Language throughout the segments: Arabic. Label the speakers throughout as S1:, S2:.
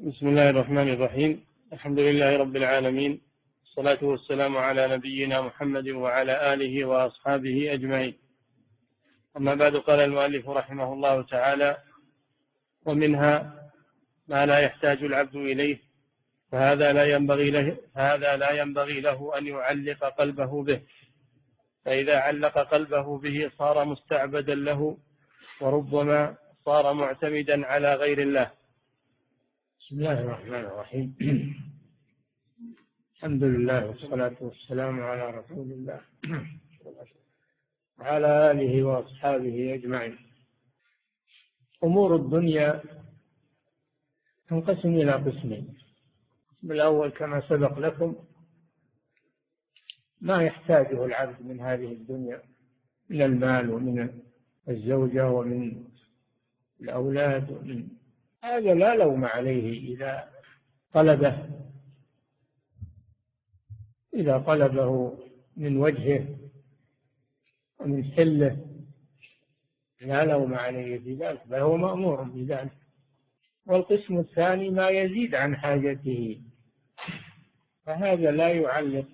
S1: بسم الله الرحمن الرحيم. الحمد لله رب العالمين، والصلاة والسلام على نبينا محمد وعلى آله وأصحابه أجمعين. أما بعد، قال المؤلف رحمه الله تعالى: ومنها ما لا يحتاج العبد إليه، فهذا لا ينبغي له أن يعلق قلبه به، فإذا علق قلبه به صار مستعبدا له، وربما صار معتمدا على غير الله.
S2: بسم الله الرحمن الرحيم. الحمد لله والصلاة والسلام على رسول الله وعلى آله وأصحابه أجمعين. أمور الدنيا تنقسم إلى قسمين. القسم الأول كما سبق لكم ما يحتاجه العبد من هذه الدنيا من المال ومن الزوجة ومن الأولاد هذا لا لوم عليه إذا طلبه من وجهه ومن حله، لا لوم عليه في ذلك، بل هو مأمور بذلك. والقسم الثاني ما يزيد عن حاجته، فهذا لا يعلق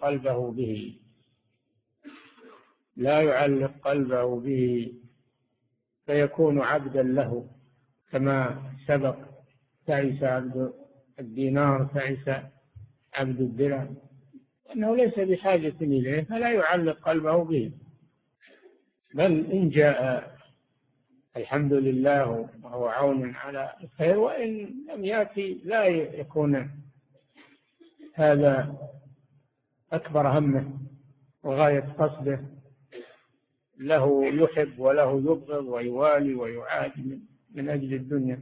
S2: قلبه به فيكون عبدا له كما سبق: تعس عبد الدينار، تعس عبد الدرهم، أنه ليس بحاجة إليه فلا يعلق قلبه به، بل إن جاء الحمد لله وهو عون على الخير، وإن لم يأتي لا يكون هذا أكبر همه وغاية قصده، له يحب وله يبغض ويوالي ويعادي من أجل الدنيا.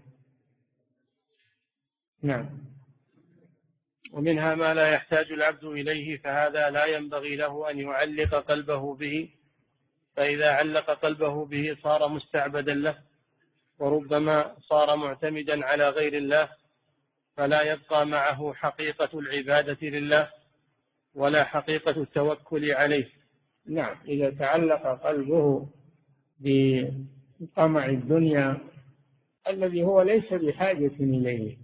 S2: نعم.
S1: ومنها ما لا يحتاج العبد إليه، فهذا لا ينبغي له أن يعلق قلبه به، فإذا علق قلبه به صار مستعبدا له، وربما صار معتمدا على غير الله، فلا يبقى معه حقيقة العبادة لله ولا حقيقة التوكل عليه.
S2: نعم، إذا تعلق قلبه بطمع الدنيا الذي هو ليس بحاجة إليه،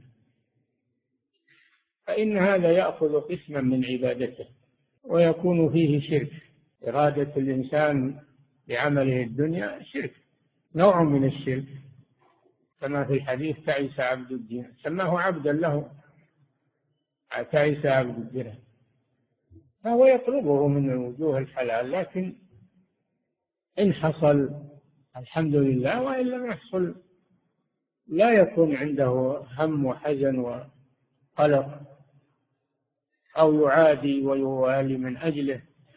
S2: فإن هذا يأخذ قسما من عبادته ويكون فيه شرك. إرادة الإنسان بعمله الدنيا شرك، نوع من الشرك، كما في الحديث: تعس عبد الدين، سماه عبدا له، تعس عبد الدرهم، فهو يطلبه من وجوه الحلال، لكن إن حصل الحمد لله، وإن لم يحصل لا يكون عنده هم وحزن وقلق أو يعادي ويوالي من أجله.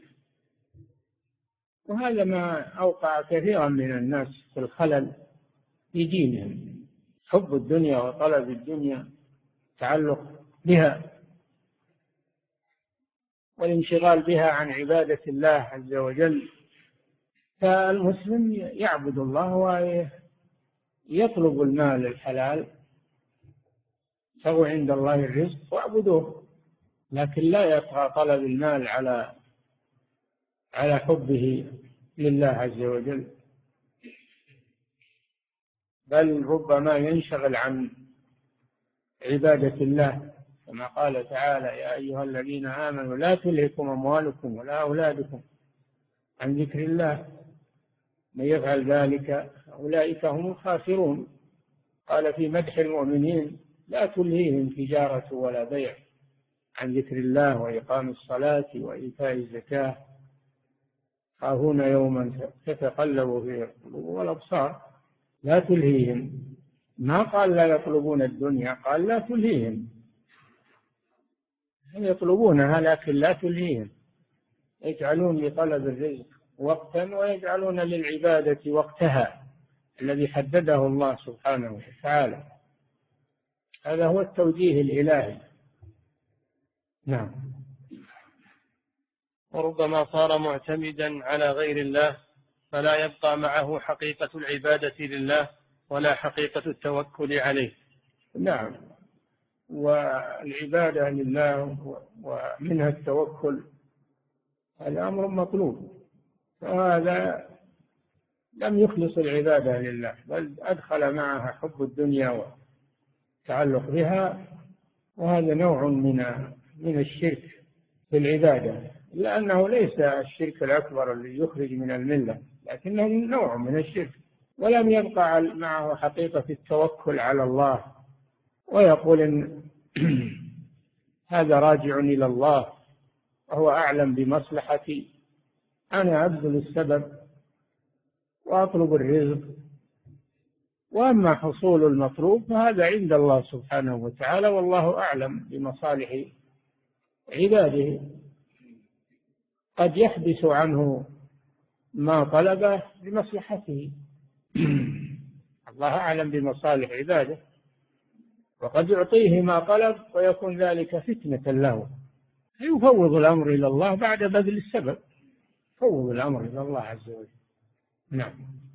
S2: وهذا ما أوقع كثيرا من الناس في الخلل في دينهم: حب الدنيا وطلب الدنيا، تعلق بها والانشغال بها عن عبادة الله عز وجل. فالمسلم يعبد الله ويطلب المال الحلال، فهو عند الله الرزق واعبدوه، لكن لا يطغى طلب المال على حبه لله عز وجل، بل ربما ينشغل عن عبادة الله، كما قال تعالى: يا أيها الذين آمنوا لا تلهكم أموالكم ولا أولادكم عن ذكر الله، من يفعل ذلك أولئك هم الخاسرون. قال في مدح المؤمنين: لا تلهيهم تجارة ولا بيع عن ذكر الله وإقام الصلاة وإيتاء الزكاة يخافون يوما تتقلب فيه القلوب والأبصار. لا تلهيهم، ما قال لا يطلبون الدنيا، قال لا تلهيهم، هم يطلبونها لكن لا تلهيهم، يجعلون لطلب الرزق وقتا ويجعلون للعبادة وقتها الذي حدده الله سبحانه وتعالى. هذا هو التوجيه الإلهي. نعم.
S1: وربما صار معتمدا على غير الله، فلا يبقى معه حقيقة العبادة لله ولا حقيقة التوكل عليه.
S2: نعم، والعبادة لله ومنها التوكل، هذا أمر مطلوب، فهذا لم يخلص العبادة لله، بل أدخل معها حب الدنيا والتعلق بها، وهذا نوع من الشرك في العبادة، لأنه ليس الشرك الأكبر الذي يخرج من الملة، لكنه نوع من الشرك. ولم يبقى معه حقيقة التوكل على الله، ويقول إن هذا راجع إلى الله وهو أعلم بمصلحتي، أنا أبذل السبب وأطلب الرزق، وأما حصول المطلوب فهذا عند الله سبحانه وتعالى، والله أعلم بمصالح عباده. قد يحبس عنه ما طلبه لمصلحته الله أعلم بمصالح عباده، وقد يعطيه ما طلب ويكون ذلك فتنة له، يفوض الأمر إلى الله بعد بذل السبب، فوض الأمر إلى الله عز وجل. نعم.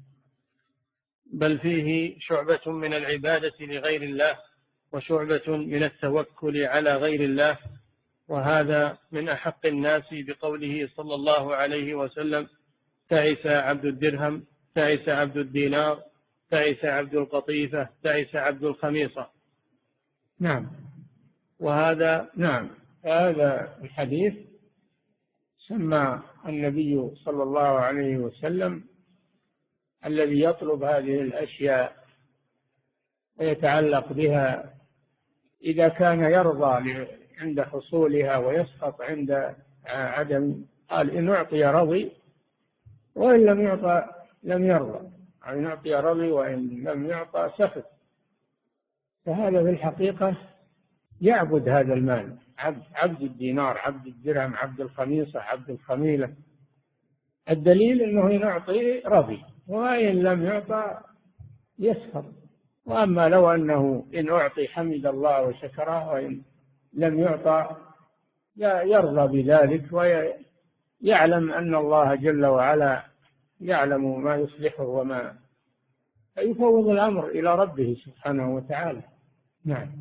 S1: بل فيه شعبة من العبادة لغير الله وشعبة من التوكل على غير الله، وهذا من أحق الناس بقوله صلى الله عليه وسلم: تعس عبد الدرهم، تعس عبد الدينار، تعس عبد القطيفة، تعس عبد الخميصة.
S2: نعم.
S1: نعم.
S2: هذا الحديث سمى النبي صلى الله عليه وسلم الذي يطلب هذه الأشياء ويتعلق بها إذا كان يرضى عند حصولها ويسخط عند عدم، قال إن أعطي رضي وإن لم يعطى لم يرضى، أو إن أعطي رضي وإن لم يعطى سخط. فهذا في الحقيقة يعبد هذا المال، عبد الدينار، عبد الدرهم، عبد الخميصة، عبد الخميلة. الدليل أنه إن أعطي رضي وإن لم يعطى يسخط. وأما لو أنه إن أعطي حمد الله وشكره، وإن لم يعطى يرضى بذلك، ويعلم أن الله جل وعلا يعلم ما يصلحه وما، فيفوض الأمر إلى ربه سبحانه وتعالى. نعم.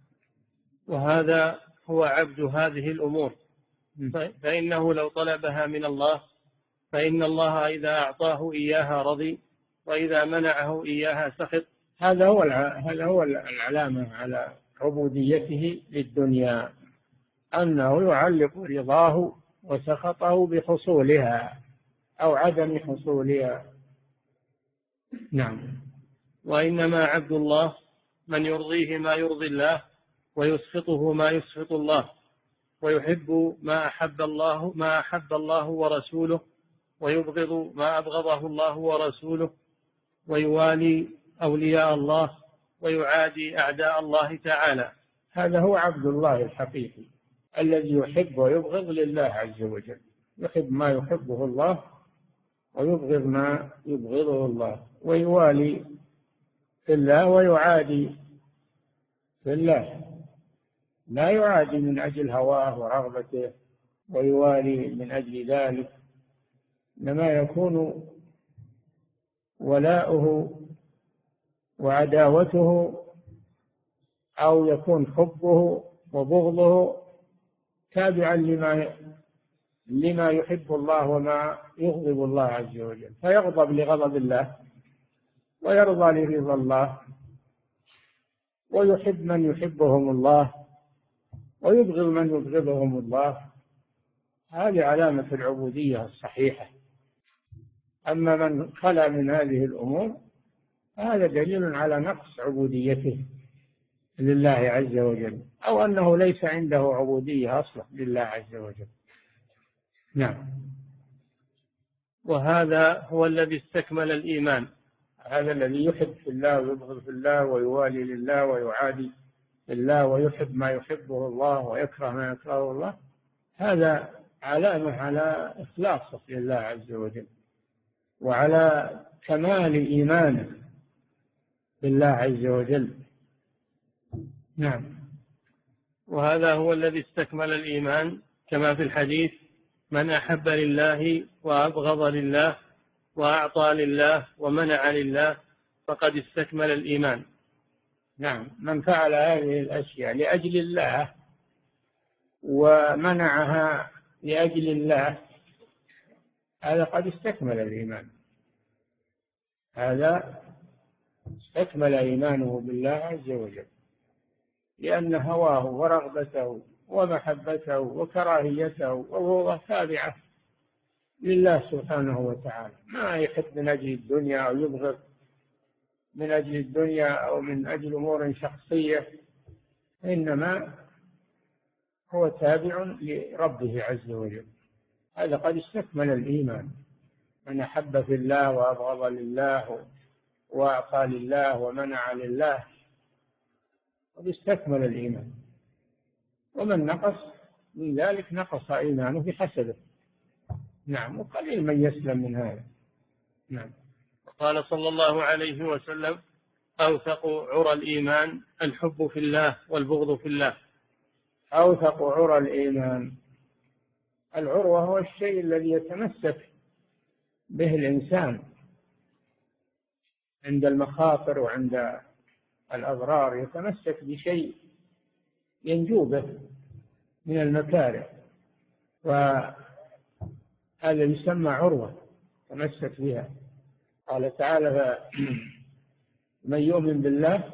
S1: وهذا هو عبد هذه الأمور، فإنه لو طلبها من الله فإن الله إذا أعطاه إياها رضي، وإذا منعه إياها سخط.
S2: هذا هو العلامة على عبوديته للدنيا، أنه يعلق رضاه وسخطه بحصولها أو عدم حصولها. نعم.
S1: وإنما عبد الله من يرضيه ما يرضي الله، ويسخطه ما يسخط الله، ويحب ما أحب الله ورسوله، ويبغض ما أبغضه الله ورسوله، ويوالي أولياء الله، ويعادي أعداء الله تعالى.
S2: هذا هو عبد الله الحقيقي الذي يحب ويبغض لله عز وجل، يحب ما يحبه الله ويبغض ما يبغضه الله، ويوالي في الله ويعادي في الله، لا يعادي من أجل هواه ورغبته ويوالي من أجل ذلك، إنما يكون ولاؤه وعداوته أو يكون حبه وبغضه تابعا لما يحب الله وما يغضب الله عز وجل، فيغضب لغضب الله ويرضى لرضا الله، ويحب من يحبهم الله ويبغض من يبغضهم الله. هذه علامة العبودية الصحيحة. أما من خلا من هذه الأمور فهذا دليل على نقص عبوديته لله عز وجل، أو أنه ليس عنده عبودية أصلا لله عز وجل. نعم.
S1: وهذا هو الذي استكمل الإيمان،
S2: هذا الذي يحب في الله ويبغض في الله ويوالي لله ويعادي لله، ويحب ما يحبه الله ويكره ما يكرهه الله. هذا علامة على إخلاصه لله عز وجل وعلى كمال إيمانه بالله عز وجل. نعم.
S1: وهذا هو الذي استكمل الإيمان، كما في الحديث: من أحب لله وأبغض لله وأعطى لله ومنع لله فقد استكمل الإيمان.
S2: نعم. من فعل هذه الأشياء لأجل الله ومنعها لأجل الله هذا قد استكمل الإيمان، هذا استكمل إيمانه بالله عز وجل. لأن هواه ورغبته ومحبته وكراهيته وهو تابعة لله سبحانه وتعالى، ما يحب من أجل الدنيا أو يبغض من أجل الدنيا أو من أجل أمور شخصية، إنما هو تابع لربه عز وجل. هذا قد استكمل الإيمان، من أحب في الله وأبغض لله وأعطى لله ومنع لله قد استكمل الإيمان. ومن نقص من ذلك نقص إيمانه بحسبه. نعم، وقليل من يسلم من هذا. نعم.
S1: قال صلى الله عليه وسلم: أوثق عرى الإيمان الحب في الله والبغض في الله.
S2: أوثق عرى الإيمان، العروة هو الشيء الذي يتمسك به الإنسان عند المخاطر وعند الأضرار، يتمسك بشيء ينجو به من المكاره، وهذا يسمى عروة تمسك بها. قال تعالى: من يؤمن بالله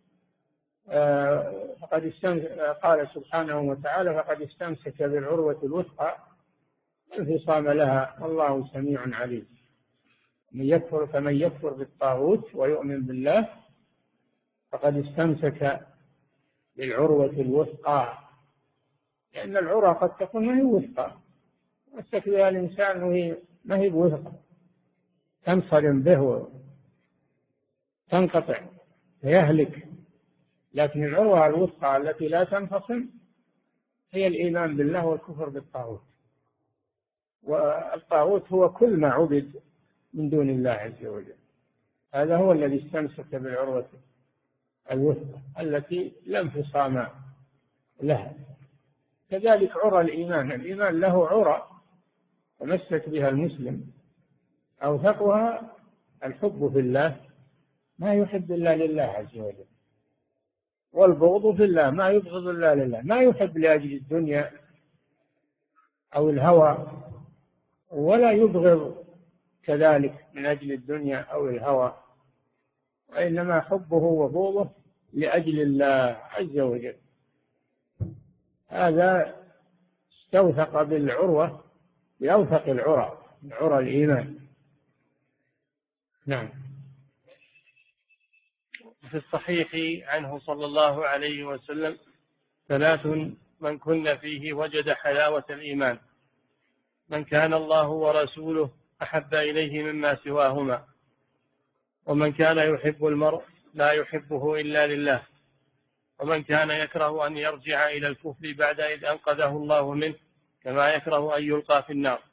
S2: قال سبحانه وتعالى: فقد استمسك بالعروة الوثقى لا انفصام لها والله سميع عليم. فمن يكفر بالطاغوت ويؤمن بالله فقد استمسك بالعروة الوثقى، لأن العروة قد تكون ما هي وثقى، يمسك بها الإنسان وهي ما هي بوثقى، تنصرم به وتنقطع فيهلك. لكن العروة الوثقى التي لا تنفصل هي الإيمان بالله والكفر بالطاغوت. والطاغوت هو كل ما عبد من دون الله عز وجل، هذا هو الذي استمسك بالعروة الوثقى التي لا انفصام لها. كذلك عرى الإيمان، الإيمان له عرى تمسك بها المسلم، أوثقها الحب في الله، ما يحب إلا لله عز وجل، والبغض في الله، ما يبغض إلا لله، ما يحب لأجل الدنيا أو الهوى، ولا يبغض كذلك من أجل الدنيا أو الهوى، وإنما حبه وبغضه لأجل الله عز وجل. هذا استوثق بالعروة، بأوثق العرى، عرى الإيمان. نعم.
S1: في الصحيح عنه صلى الله عليه وسلم: 3 من كن فيه وجد حلاوة الإيمان: من كان الله ورسوله أحب إليه مما سواهما، ومن كان يحب المرء لا يحبه إلا لله، ومن كان يكره أن يرجع إلى الكفر بعد إذ أنقذه الله منه، كما يكره أن يلقى في النار.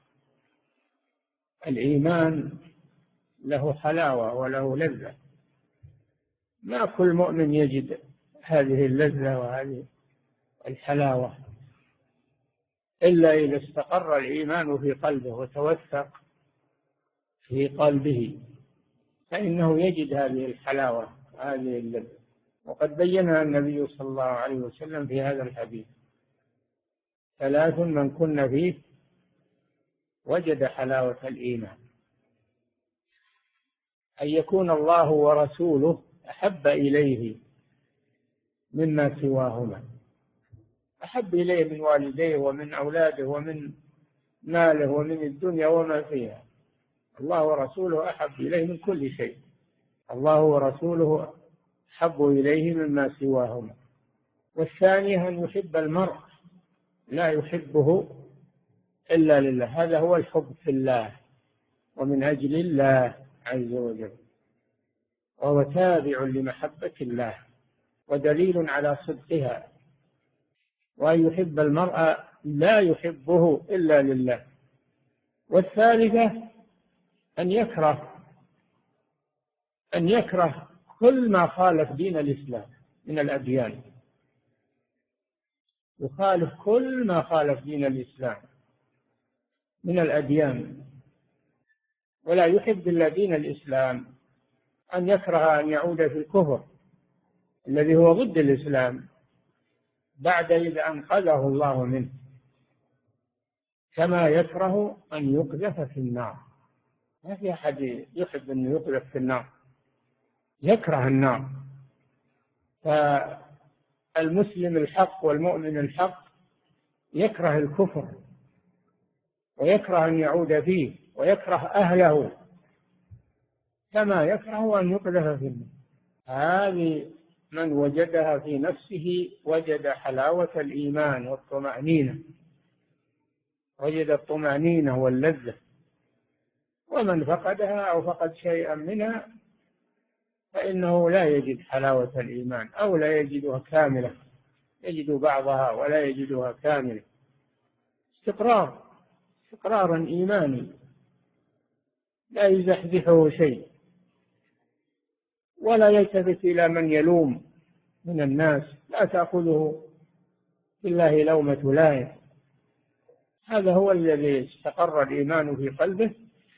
S2: الإيمان له حلاوة وله لذة، ما كل مؤمن يجد هذه اللذة وهذه الحلاوة إلا إذا استقر الإيمان في قلبه وتوثق في قلبه، فإنه يجد هذه الحلاوة هذه اللذة. وقد بينها النبي صلى الله عليه وسلم في هذا الحديث: 3 من كن فيه وجد حلاوة الإيمان: أن يكون الله ورسوله أحب إليه مما سواهما، أحب إليه من والديه ومن أولاده ومن ماله ومن الدنيا وما فيها. الله ورسوله أحب إليه من كل شيء، الله ورسوله أحب إليه مما سواهما. والثاني أن يحب المرء لا يحبه إلا لله، هذا هو الحب في الله ومن أجل الله عز وجل، وهو تابع لمحبة الله ودليل على صدقها. وأن يحب المرء لا يحبه إلا لله. والثالثة أن يكره كل ما خالف دين الإسلام من الأديان، يخالف كل ما خالف دين الإسلام من الأديان، ولا يحب إلا دين الإسلام. أن يكره أن يعود في الكفر الذي هو ضد الإسلام بعد إذا أنقذه الله منه، كما يكره أن يقذف في النار. ما في أحد يحب أن يقذف في النار، يكره النار. المسلم الحق والمؤمن الحق يكره الكفر ويكره أن يعود فيه ويكره أهله كما يكره أن يقذف في النار. هذه من وجدها في نفسه وجد حلاوة الإيمان والطمأنينة، وجد الطمأنينة واللذة. ومن فقدها أو فقد شيئا منها فإنه لا يجد حلاوة الإيمان أو لا يجدها كاملة، يجد بعضها ولا يجدها كاملة. استقرارا إيماني لا يزحزحه شيء، ولا يلتفت إلى من يلوم من الناس، لا تأخذه بالله لومة لائم. هذا هو الذي استقر الإيمان في قلبه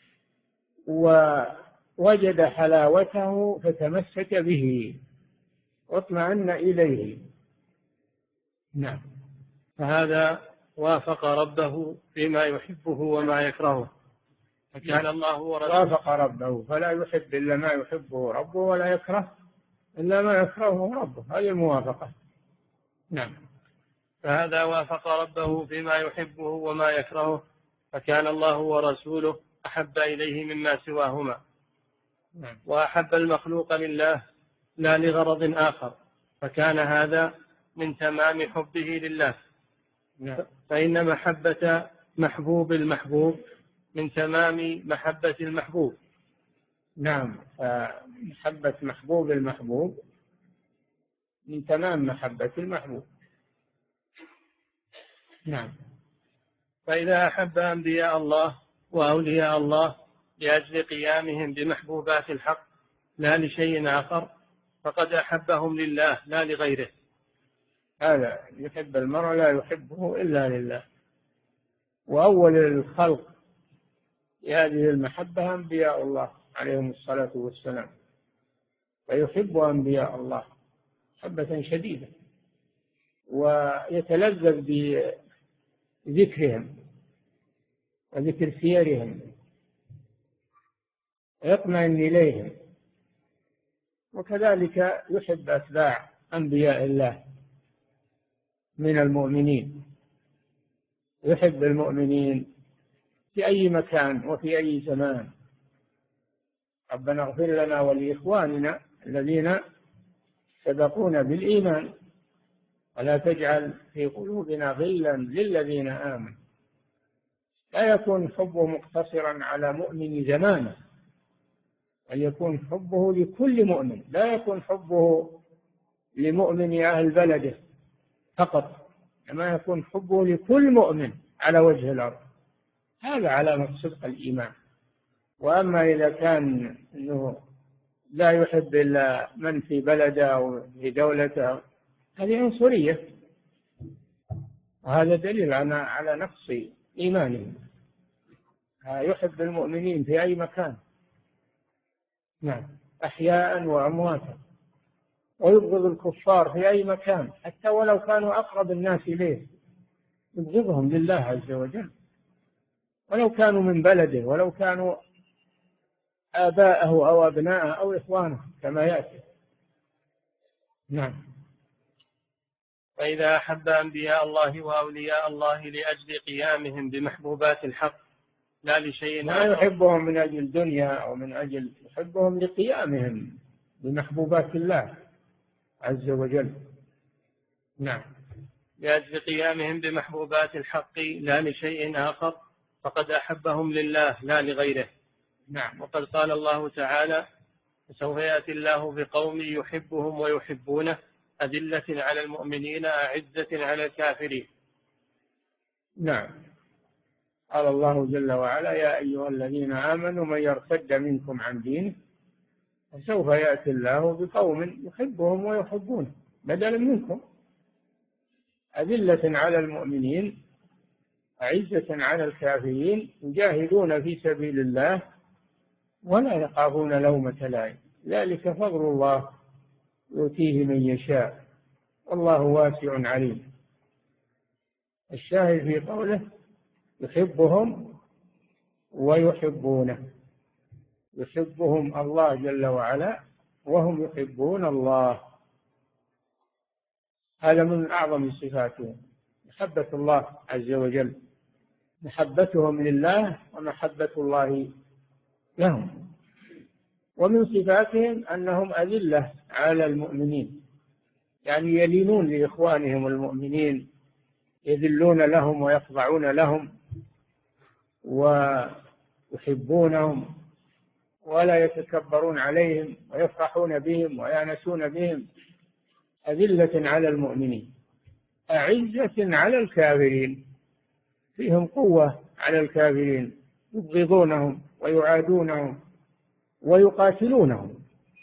S2: ووجد حلاوته فتمسك به واطمأن إليه. نعم.
S1: فهذا وافق ربه فيما يحبه وما يكرهه، فكان الله ورسوله.
S2: وافق ربه فلا يحب إلا ما يحبه ربه ولا يكره إلا ما يكرهه ربه، هذه الموافقة. نعم.
S1: فهذا وافق ربه فيما يحبه وما يكرهه، فكان الله ورسوله أحب إليه مما سواهما.
S2: نعم.
S1: وأحب المخلوق لله لا لغرض آخر، فكان هذا من تمام حبه لله.
S2: نعم.
S1: فإن محبة محبوب المحبوب من تمام محبة المحبوب.
S2: نعم. محبة محبوب المحبوب من تمام محبة المحبوب. نعم.
S1: فإذا أحب أنبياء الله وأولياء الله لأجل قيامهم بمحبوبات الحق لا لشيء آخر فقد أحبهم لله لا لغيره.
S2: هذا يحب المرء لا يحبه إلا لله. وأول الخلق لهذه المحبة أنبياء الله عليهم الصلاة والسلام، فيحب أنبياء الله محبة شديدة ويتلذذ بذكرهم وذكر سيرهم ويطمئن إليهم. وكذلك يحب أتباع أنبياء الله من المؤمنين، يحب المؤمنين في أي مكان وفي أي زمان. ربنا اغفر لنا ولإخواننا الذين سبقونا بالإيمان ولا تجعل في قلوبنا غلا للذين آمنوا. لا يكون حبه مقتصرا على مؤمن زمانه، بل يكون حبه لكل مؤمن، لا يكون حبه لمؤمن أهل بلده فقط، كما يكون حبه لكل مؤمن على وجه الأرض. هذا علامة صدق الإيمان. وأما إذا كان أنه لا يحب إلا من في بلده أو في دولته، هذه عنصرية، وهذا دليل على نقص إيمانه. يحب المؤمنين في أي مكان، نعم، أحياء وأمواتا، ويبغض الكفار في أي مكان حتى ولو كانوا أقرب الناس إليه، يبغضهم لله عز وجل، ولو كانوا من بلده، ولو كانوا آباءه أو أبناءه أو إخوانه كما يأتي. نعم.
S1: فإذا أحب أنبياء الله وأولياء الله لأجل قيامهم بمحبوبات الحق لا لشيء
S2: ما يحبهم من أجل الدنيا أو من أجل، يحبهم لقيامهم بمحبوبات الله عز وجل. نعم.
S1: لأجل قيامهم بمحبوبات الحق لا لشيء آخر فقد أحبهم لله لا لغيره.
S2: نعم.
S1: وقد قال الله تعالى: سوف يأتي الله بقوم يحبهم ويحبونه أذلة على المؤمنين أعزة على الكافرين.
S2: نعم. قال الله جل وعلا: يا أيها الذين آمنوا من يرتد منكم عن دينه فسوف يأتي الله بقوم يحبهم ويحبونه بدلا منكم أذلة على المؤمنين أعزة على الكافرين يجاهدون في سبيل الله ولا يخافون لومة لائم ذلك فضل الله يؤتيه من يشاء والله واسع عليم. الشاهد في قوله يحبهم ويحبونه، يحبهم الله جل وعلا وهم يحبون الله. هذا من أعظم صفاتهم، محبة الله عز وجل، محبتهم لله ومحبة الله لهم. ومن صفاتهم أنهم أذلة على المؤمنين، يعني يلينون لإخوانهم المؤمنين، يذلون لهم ويخضعون لهم ويحبونهم ولا يتكبرون عليهم ويفرحون بهم ويأنسون بهم، أذلة على المؤمنين أعزة على الكافرين، فيهم قوة على الكافرين، يبغضونهم ويعادونهم ويقاتلونهم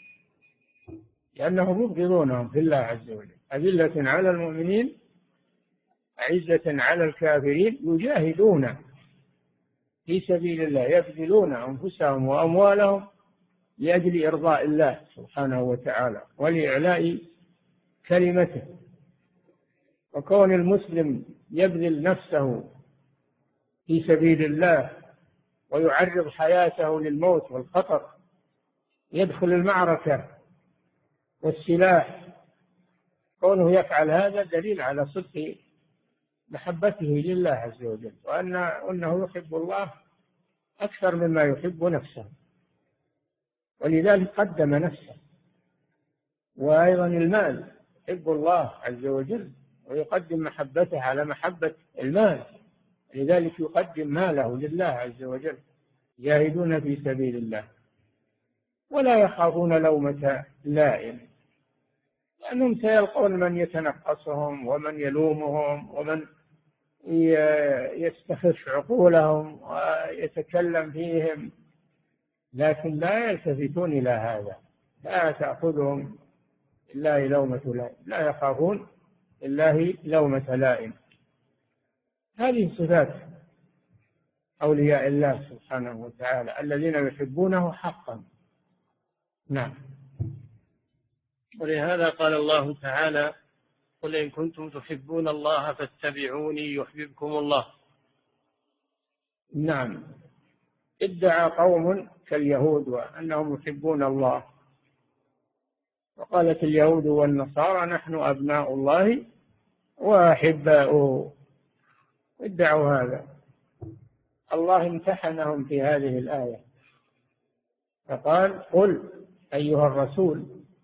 S2: لأنهم يبغضونهم في الله عز وجل. أذلة على المؤمنين أعزة على الكافرين، يجاهدون في سبيل الله، يبذلون أنفسهم وأموالهم لأجل إرضاء الله سبحانه وتعالى ولإعلاء كلمته. وكون المسلم يبذل نفسه في سبيل الله ويعرض حياته للموت والخطر، يدخل المعركة والسلاح، كونه يفعل هذا دليل على صدق محبته لله عز وجل، وأنه يحب الله أكثر مما يحب نفسه، ولذلك قدم نفسه. وأيضا المال يحب الله عز وجل ويقدم محبته على محبة المال، لذلك يقدم ماله لله عز وجل، يجاهدون في سبيل الله ولا يخافون لومة لائم، لأنهم سيلقون من يتنقصهم ومن يلومهم ومن يستخف عقولهم ويتكلم فيهم، لكن لا يلتفتون إلى هذا، لا تأخذهم الله لومة لائم، لا يخافون الله لومة لائم. هذه صفات أولياء الله سبحانه وتعالى الذين يحبونه حقا. نعم.
S1: ولهذا قال الله تعالى: قل إن كنتم تحبون الله فاتبعوني يحببكم الله.
S2: نعم. ادعى قوم كاليهود وأنهم يحبون الله، وقالت اليهود والنصارى نحن أبناء الله وأحباؤه، ادعوا هذا. الله امتحنهم في هذه الآية فقال: قل أيها الرسول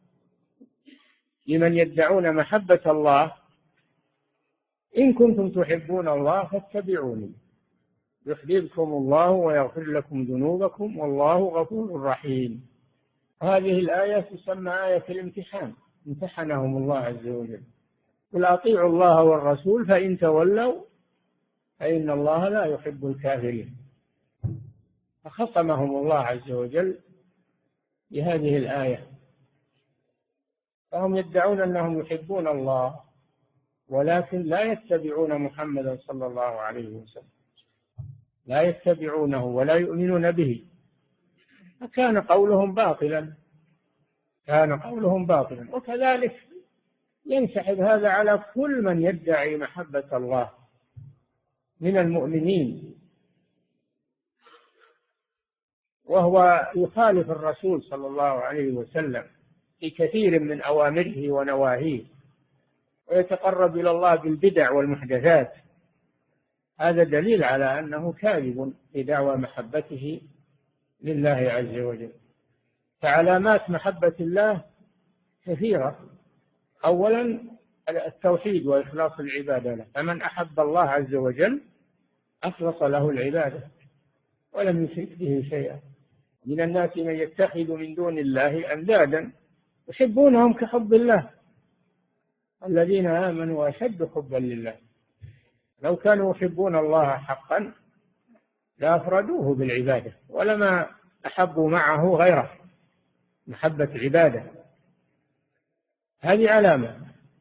S2: لمن يدعون محبة الله إن كنتم تحبون الله فاتبعوني يحببكم الله ويغفر لكم ذنوبكم والله غفور رحيم. هذه الآية تسمى آية الامتحان، امتحنهم الله عز وجل. قل أطيعوا الله والرسول فإن تولوا فإن الله لا يحب الكافرين. فخصمهم الله عز وجل بهذه الآية، فهم يدعون أنهم يحبون الله ولكن لا يتبعون محمدا صلى الله عليه وسلم، لا يتبعونه ولا يؤمنون به، فكان قولهم باطلا، كان قولهم باطلا. وكذلك ينسحب هذا على كل من يدعي محبة الله من المؤمنين وهو يخالف الرسول صلى الله عليه وسلم في كثير من أوامره ونواهيه ويتقرب إلى الله بالبدع والمحدثات، هذا دليل على أنه كاذب في دعوى محبته لله عز وجل. فعلامات محبة الله كثيرة. أولا التوحيد وإخلاص العبادة له، فمن أحب الله عز وجل أخلص له العبادة ولم يشرك به شيئا. من الناس من يتخذ من دون الله أندادا يحبونهم كحب الله، الذين آمنوا أشد حبا لله. لو كانوا يحبون الله حقا لأفردوه بالعبادة ولما أحبوا معه غيره، محبة عبادة. هذه علامة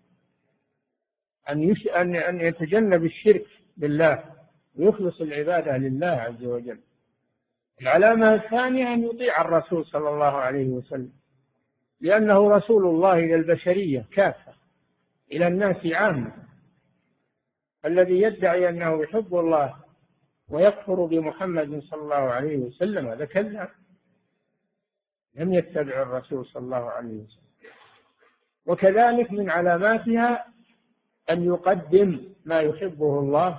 S2: أن يتجنب الشرك بالله ويخلص العبادة لله عز وجل. العلامة الثانية أن يطيع الرسول صلى الله عليه وسلم، لأنه رسول الله إلى البشرية كافة، إلى الناس عامة. الذي يدعي أنه يحب الله ويكفر بمحمد صلى الله عليه وسلم هذا كذاب، لم يتبع الرسول صلى الله عليه وسلم. وكذلك من علاماتها أن يقدم ما يحبه الله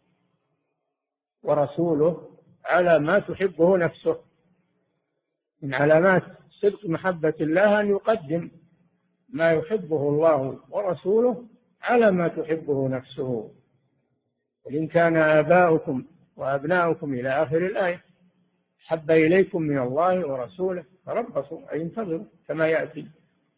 S2: ورسوله على ما تحبه نفسه. من علامات صدق محبة الله أن يقدم ما يحبه الله ورسوله على ما تحبه نفسه. وإن كان آباؤكم وأبناؤكم إلى آخر الآية حب إليكم من الله ورسوله فربصوا أي انتظروا كما يأتي.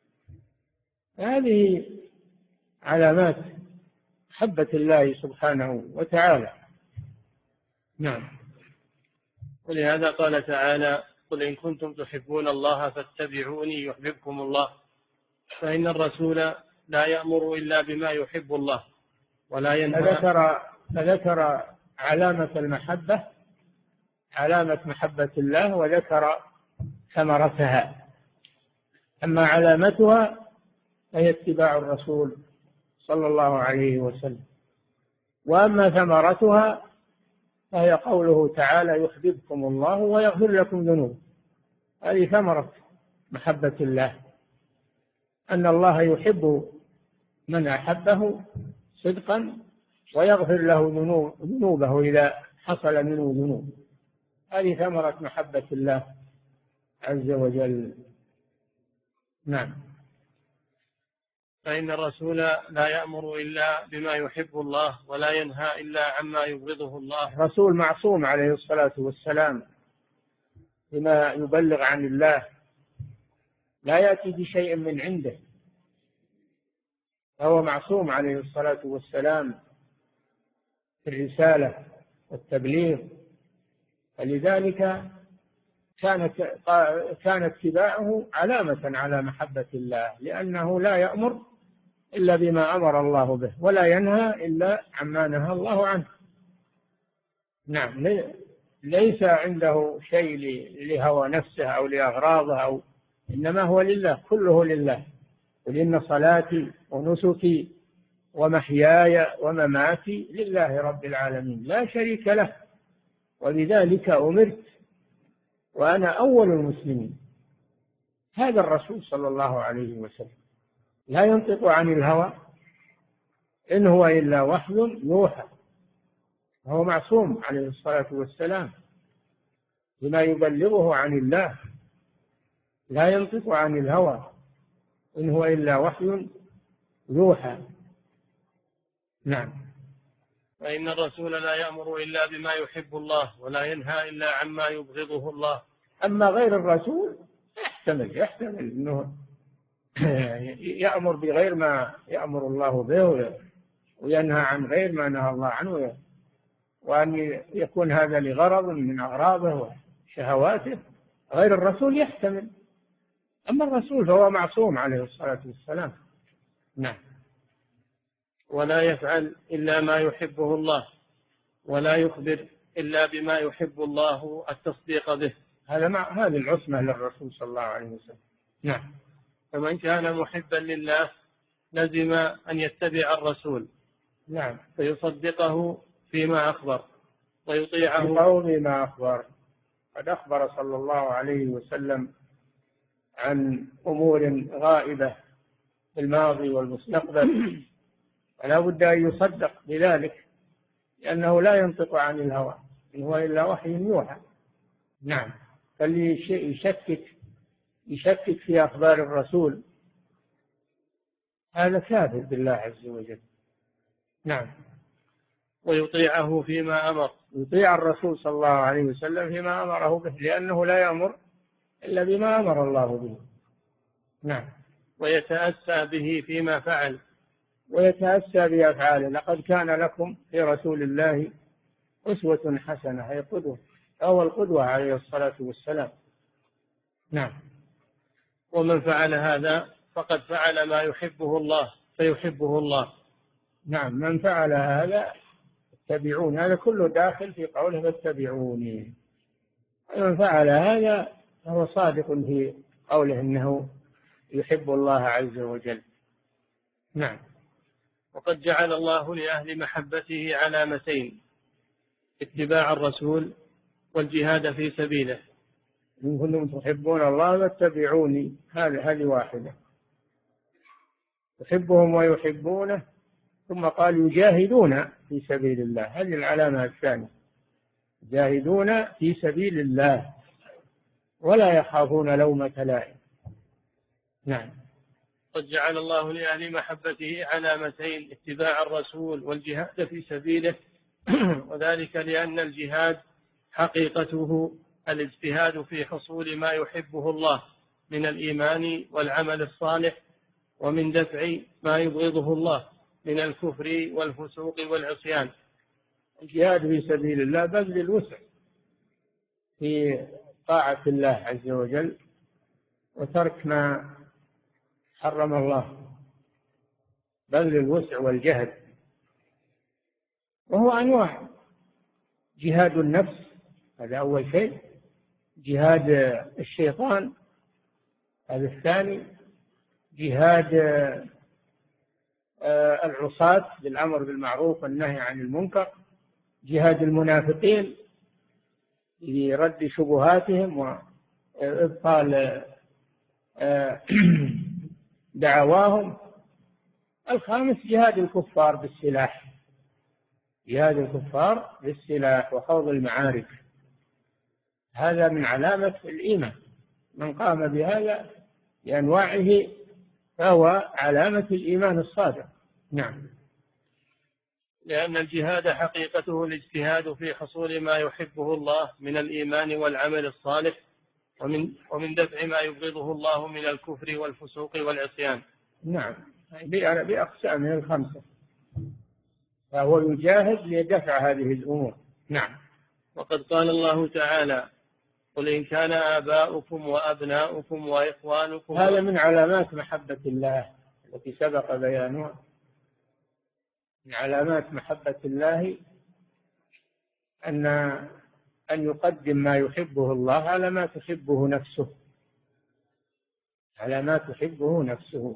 S2: هذه علامات محبة الله سبحانه وتعالى. نعم.
S1: ولهذا قال تعالى: قل إن كنتم تحبون الله فاتبعوني يحببكم الله. فإن الرسول لا يأمر إلا بما يحب الله ولا ينهى.
S2: فذكر علامة المحبة، علامة محبة الله، وذكر ثمرتها. أما علامتها فهي اتباع الرسول صلى الله عليه وسلم، وأما ثمرتها فهي قوله تعالى: يحببكم الله ويغفر لكم ذنوبكم. هذه ثمرة محبة الله، أن الله يحب من أحبه صدقا ويغفر له ذنوبه إذا حصل منه ذنوب. هذه ثمرة محبة الله عز وجل. نعم.
S1: فإن الرسول لا يأمر إلا بما يحب الله ولا ينهى إلا عما يبغضه الله.
S2: رسول معصوم عليه الصلاة والسلام بما يبلغ عن الله، لا يأتي بشيء من عنده، فهو معصوم عليه الصلاة والسلام في الرسالة والتبليغ. فلذلك كان اتباعه علامة على محبة الله، لأنه لا يأمر إلا بما أمر الله به ولا ينهى إلا عما نهى الله عنه. نعم. ليس عنده شيء لهوى نفسه أو لأغراضه إنما هو لله، كله لله. قل إن صلاتي ونسكي ومحياي ومماتي لله رب العالمين لا شريك له وبذلك أمرت وأنا أول المسلمين. هذا الرسول صلى الله عليه وسلم لا ينطق عن الهوى إن هو إلا وحي يوحى. هو معصوم عليه الصلاة والسلام بما يبلغه عن الله، لا ينطق عن الهوى إن هو إلا وحي يوحى. نعم.
S1: فإن الرسول لا يأمر إلا بما يحب الله ولا ينهى إلا عما يبغضه الله.
S2: أما غير الرسول يحتمل أنه يأمر بغير ما يأمر الله به وينهى عن غير ما نهى الله عنه، وأن يكون هذا لغرض من أغراضه وشهواته. غير الرسول يحتمل، أما الرسول فهو معصوم عليه الصلاة والسلام. نعم.
S1: ولا يفعل إلا ما يحبه الله ولا يخبر إلا بما يحب الله التصديق به.
S2: هذه العصمة للرسول صلى الله عليه وسلم. نعم.
S1: فمن كان محبا لله لزم أن يتبع الرسول.
S2: نعم.
S1: فيصدقه فيما أخبر ويطيعه
S2: فيما أخبر. قد أخبر صلى الله عليه وسلم عن أمور غائبة في الماضي والمستقبل، فلا بد أن يصدق بذلك لأنه لا ينطق عن الهوى إن هو إلا وحي يوحى. نعم. فاللي يشكك في أخبار الرسول هذا كافر بالله عز وجل. نعم.
S1: ويطيعه فيما أمر.
S2: يطيع الرسول صلى الله عليه وسلم فيما أمره به لأنه لا يأمر إلا بما أمر الله به. نعم.
S1: ويتأسى به فيما فعل.
S2: ويتأسى بأفعاله. لقد كان لكم في رسول الله أسوة حسنة، هي قدوة، أو القدوة عليه الصلاة والسلام. نعم.
S1: ومن فعل هذا فقد فعل ما يحبه الله فيحبه الله.
S2: نعم. من فعل هذا اتبعون، هذا كله داخل في قوله فاتبعوني. من فعل هذا فهو صادق في قوله إنه يحب الله عز وجل. نعم.
S1: وقد جعل الله لأهل محبته علامتين: اتباع الرسول والجهاد في سبيله.
S2: إن كنتم تحبون الله فاتبعوني، هذه واحدة. تحبهم ويحبونه ثم قال يجاهدون في سبيل الله، هذه العلامة الثانية، يجاهدون في سبيل الله ولا يخافون لومة لائم. نعم.
S1: قد جعل الله لأهل محبته علامتين: اتباع الرسول والجهاد في سبيله. وذلك لأن الجهاد حقيقته الاجتهاد في حصول ما يحبه الله من الإيمان والعمل الصالح، ومن دفع ما يبغضه الله من الكفر والفسوق والعصيان.
S2: الجهاد في سبيل الله بذل الوسع في طاعة الله عز وجل وترك ما حرم الله، بذل الوسع والجهد، وهو أنواع: جهاد النفس، هذا أول شيء، جهاد الشيطان هذا الثاني، جهاد العصاة بالأمر بالمعروف والنهي عن المنكر، جهاد المنافقين لرد شبهاتهم وإبطال دعواهم، الخامس جهاد الكفار بالسلاح، جهاد الكفار بالسلاح وخوض المعارك، هذا من علامة الإيمان، من قام بهذا بأنواعه فهو علامة الإيمان الصادق. نعم.
S1: لأن الجهاد حقيقته الاجتهاد في حصول ما يحبه الله من الإيمان والعمل الصالح، ومن دفع ما يبغضه الله من الكفر والفسوق والعصيان.
S2: نعم، بأقسامه الخمسة، فهو يجاهد لدفع هذه الأمور. نعم.
S1: وقد قال الله تعالى: قل إن كان آباؤكم وأبناؤكم وإخوانكم.
S2: هذا من علامات محبة الله التي سبق بيانها. من علامات محبة الله أن يقدم ما يحبه الله على ما تحبه نفسه، على ما تحبه نفسه.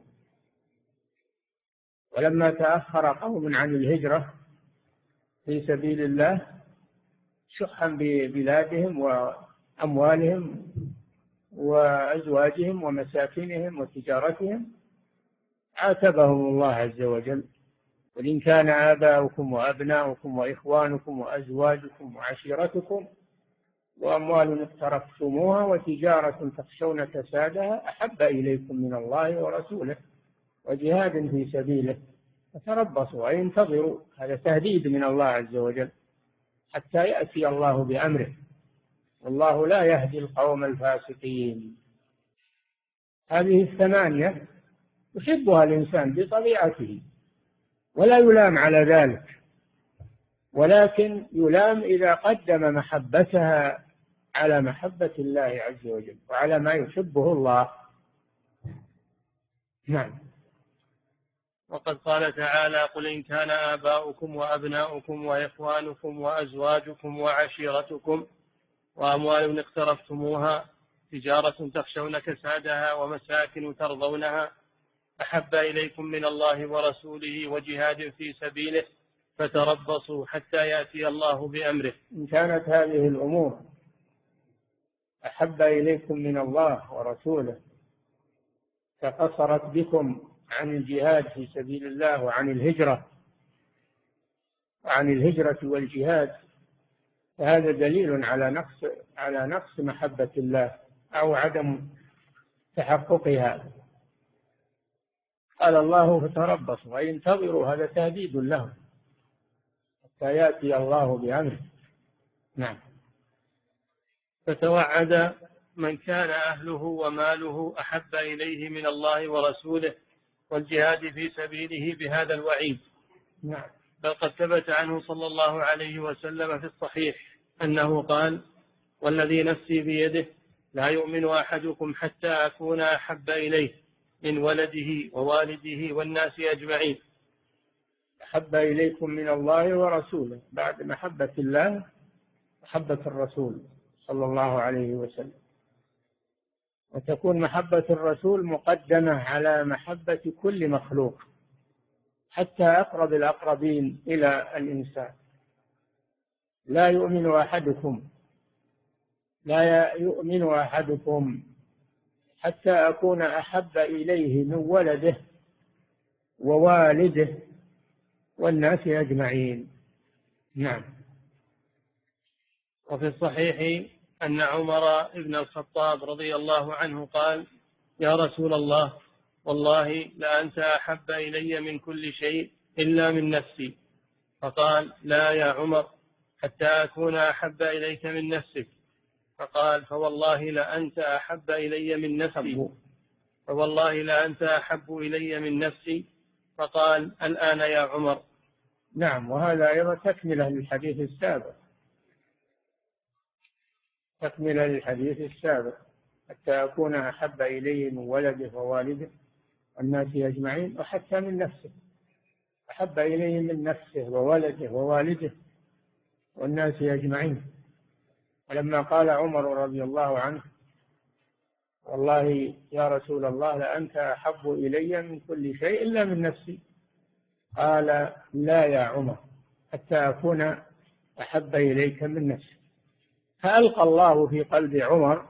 S2: ولما تأخر قوم عن الهجرة في سبيل الله شحا ببلادهم وأموالهم وأزواجهم ومساكنهم وتجارتهم، عاتبهم الله عز وجل: وإن كان آباؤكم وأبناؤكم وإخوانكم وأزواجكم وعشيرتكم وأموال اقترفتموها وتجارة تخشون كسادها أحب إليكم من الله ورسوله وجهاد في سبيله فتربصوا أي انتظروا. هذا تهديد من الله عز وجل حتى يأتي الله بأمره، والله لا يهدي القوم الفاسقين. هذه الثمانية يحبها الإنسان بطبيعته ولا يلام على ذلك، ولكن يلام إذا قدم محبتها على محبة الله عز وجل وعلى ما يحبه الله. نعم.
S1: وقد قال تعالى: قل إن كان آباؤكم وأبناؤكم وإخوانكم وأزواجكم وعشيرتكم وأموال اقترفتموها تجارة تخشون كسادها ومساكن ترضونها أحب إليكم من الله ورسوله وجهاد في سبيله فتربصوا حتى يأتي الله بأمره.
S2: إن كانت هذه الأمور أحب إليكم من الله ورسوله فقصرت بكم عن الجهاد في سبيل الله وعن الهجرة والجهاد، فهذا دليل على نقص محبة الله أو عدم تحققها. قال الله: فتربصوا أي انتظروا، هذا تهديد لهم حتى يأتي الله بأمره. نعم.
S1: فتوعد من كان أهله وماله أحب إليه من الله ورسوله والجهاد في سبيله بهذا الوعيد.
S2: نعم.
S1: بل قد ثبت عنه صلى الله عليه وسلم في الصحيح أنه قال: والذي نفسي بيده لا يؤمن أحدكم حتى أكون أحب إليه من ولده ووالده والناس أجمعين.
S2: أحب إليكم من الله ورسوله، بعد محبة الله محبة الرسول صلى الله عليه وسلم، وتكون محبة الرسول مقدمة على محبة كل مخلوق حتى أقرب الأقربين إلى الإنسان. لا يؤمن أحدكم حتى أكون أحب إليه من ولده ووالده والناس أجمعين. نعم.
S1: وفي الصحيح أن عمر بن الخطاب رضي الله عنه قال: يا رسول الله، والله لأنت أحب إلي من كل شيء إلا من نفسي. فقال: لا يا عمر، حتى أكون أحب إليك من نفسك. فقال: فوالله لأنت أحب إلي من نفسي. فوالله لأنت أحب إلي من نفسي. فقال: الآن يا عمر.
S2: نعم. وهذا أيضا تكملة للحديث السابق، تكملة للحديث السابق، حتى أكون أحب إلي من ولده ووالده والناس أجمعين، وحتى من نفسه، أحب إليه من نفسه وولده ووالده والناس أجمعين. ولما قال عمر رضي الله عنه: والله يا رسول الله لأنت أحب إلي من كل شيء إلا من نفسي، قال: لا يا عمر، حتى أكون أحب إليك من نفسي. فألقى الله في قلب عمر،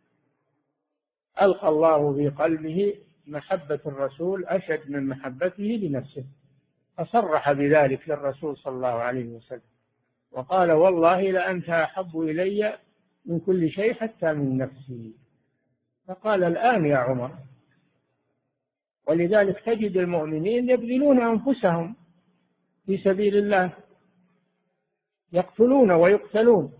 S2: ألقى الله في قلبه محبة الرسول أشد من محبته لنفسه، فصرح بذلك للرسول صلى الله عليه وسلم وقال: والله لأنت أحب إلي من كل شيء حتى من نفسي. فقال: الآن يا عمر. ولذلك تجد المؤمنين يبذلون أنفسهم في سبيل الله، يقتلون ويقتلون،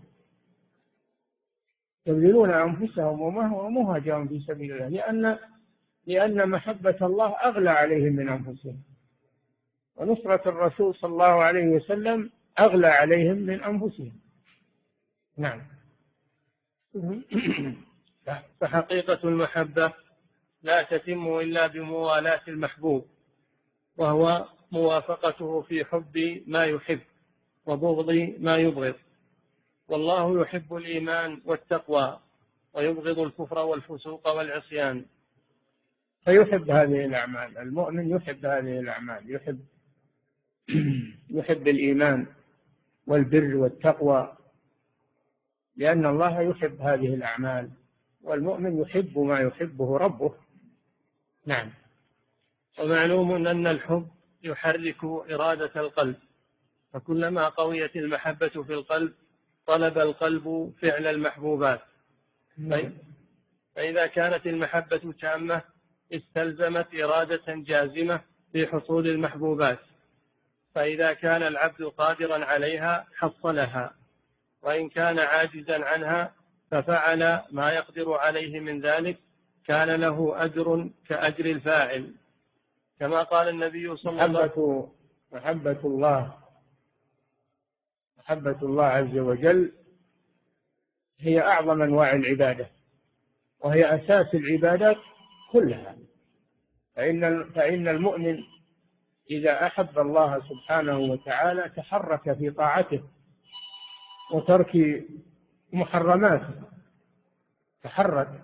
S2: يبذلون أنفسهم ومهجهم في سبيل الله، لأن محبة الله أغلى عليهم من أنفسهم، ونصرة الرسول صلى الله عليه وسلم أغلى عليهم من أنفسهم. نعم.
S1: فحقيقة المحبة لا تتم إلا بموالاة المحبوب، وهو موافقته في حب ما يحب وبغض ما يبغض. والله يحب الإيمان والتقوى ويبغض الكفر والفسوق والعصيان.
S2: فيحب هذه الأعمال، المؤمن يحب هذه الأعمال، يحب الإيمان والبر والتقوى، لأن الله يحب هذه الأعمال، والمؤمن يحب ما يحبه ربه. نعم.
S1: ومعلوم أن الحب يحرك إرادة القلب، فكلما قويت المحبة في القلب طلب القلب فعل المحبوبات. فإذا كانت المحبة تامة استلزمت إرادة جازمة في حصول المحبوبات، فإذا كان العبد قادرا عليها حصلها، وإن كان عاجزا عنها ففعل ما يقدر عليه من ذلك كان له أجر كأجر الفاعل، كما قال النبي صلى الله عليه وسلم:
S2: محبة الله عز وجل هي أعظم أنواع العبادة، وهي أساس العبادات كلها. فإن المؤمن إذا أحب الله سبحانه وتعالى تحرك في طاعته وترك محرماته، تحرك.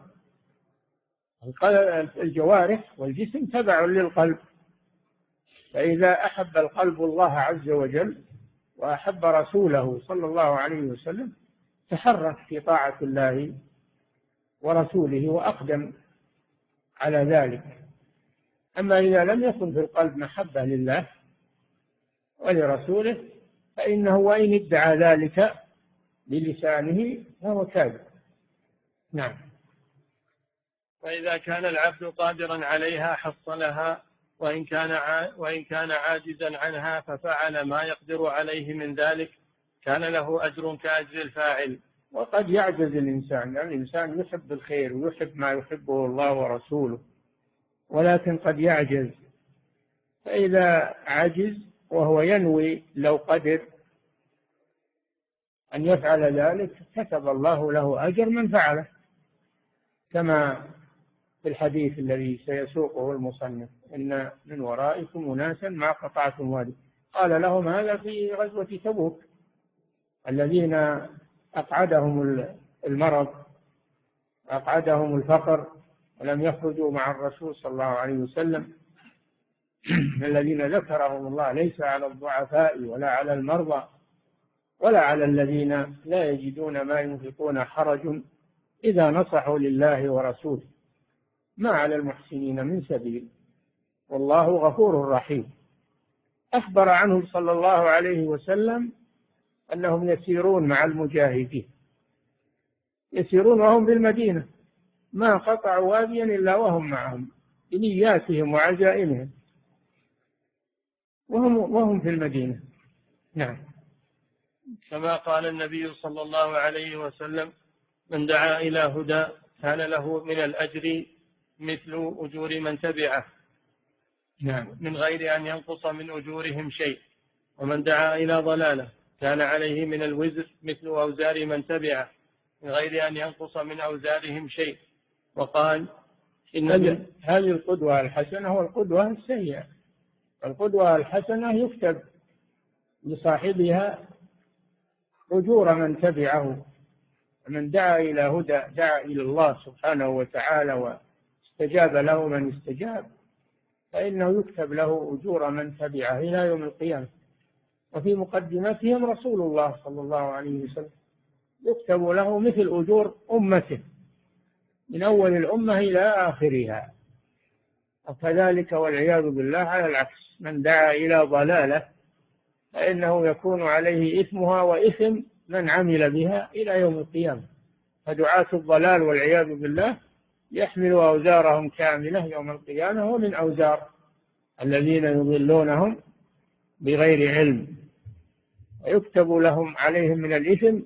S2: الجوارح والجسم تبع للقلب، فإذا أحب القلب الله عز وجل وأحب رسوله صلى الله عليه وسلم تحرك في طاعة الله ورسوله وأقدم على ذلك. أما إذا لم يكن في القلب محبة لله ولرسوله فإنه وإن ادعى ذلك بلسانه فهو كاذب. نعم.
S1: فإذا كان العبد قادرا عليها حصلها، وإن كان عاجزا عنها ففعل ما يقدر عليه من ذلك كان له أجر كأجر الفاعل.
S2: وقد يعجز الإنسان، يعني الإنسان يحب الخير ويحب ما يحبه الله ورسوله، ولكن قد يعجز، فإذا عجز وهو ينوي لو قدر أن يفعل ذلك كتب الله له أجر من فعله، كما في الحديث الذي سيسوقه المصنف: إن من ورائكم أناسا ما قطعتم وادي. قال لهم هذا في غزوة تبوك، الذين أقعدهم المرض، أقعدهم الفقر، ولم يخرجوا مع الرسول صلى الله عليه وسلم، الذين ذكرهم الله: ليس على الضعفاء ولا على المرضى ولا على الذين لا يجدون ما ينفقون حرج إذا نصحوا لله ورسوله، ما على المحسنين من سبيل، والله غفور رحيم. أخبر عنهم صلى الله عليه وسلم أنهم يسيرون مع المجاهدين، يسيرون وهم بالمدينة، ما قطعوا واديا إلا وهم معهم بنياتهم وعزائمهم، وهم في المدينة. نعم.
S1: كما قال النبي صلى الله عليه وسلم: من دعا إلى هدى كان له من الأجر مثل أجور من تبعه،
S2: نعم،
S1: من غير أن ينقص من أجورهم شيء. ومن دعا إلى ضلالة كان عليه من الوزر مثل أوزار من تبعه، من غير أن ينقص من أوزارهم شيء. وقال:
S2: هذه القدوة الحسنة والقدوة السيئة. القدوة الحسنة يكتب لصاحبها أجور من تبعه، من دعا إلى هدى دعا إلى الله سبحانه وتعالى واستجاب له من استجاب، فإنه يكتب له أجور من تبعه إلى يوم القيامة. وفي مقدمتهم رسول الله صلى الله عليه وسلم، يكتب له مثل أجور أمته من أول الأمة إلى آخرها. وكذلك والعياذ بالله على العكس، من دعا إلى ضلالة فإنه يكون عليه إثمها وإثم من عمل بها إلى يوم القيامة. فدعاة الضلال والعياذ بالله يحملوا أوزارهم كاملة يوم القيامة، ومن أوزار الذين يضلونهم بغير علم، ويكتب لهم عليهم من الإثم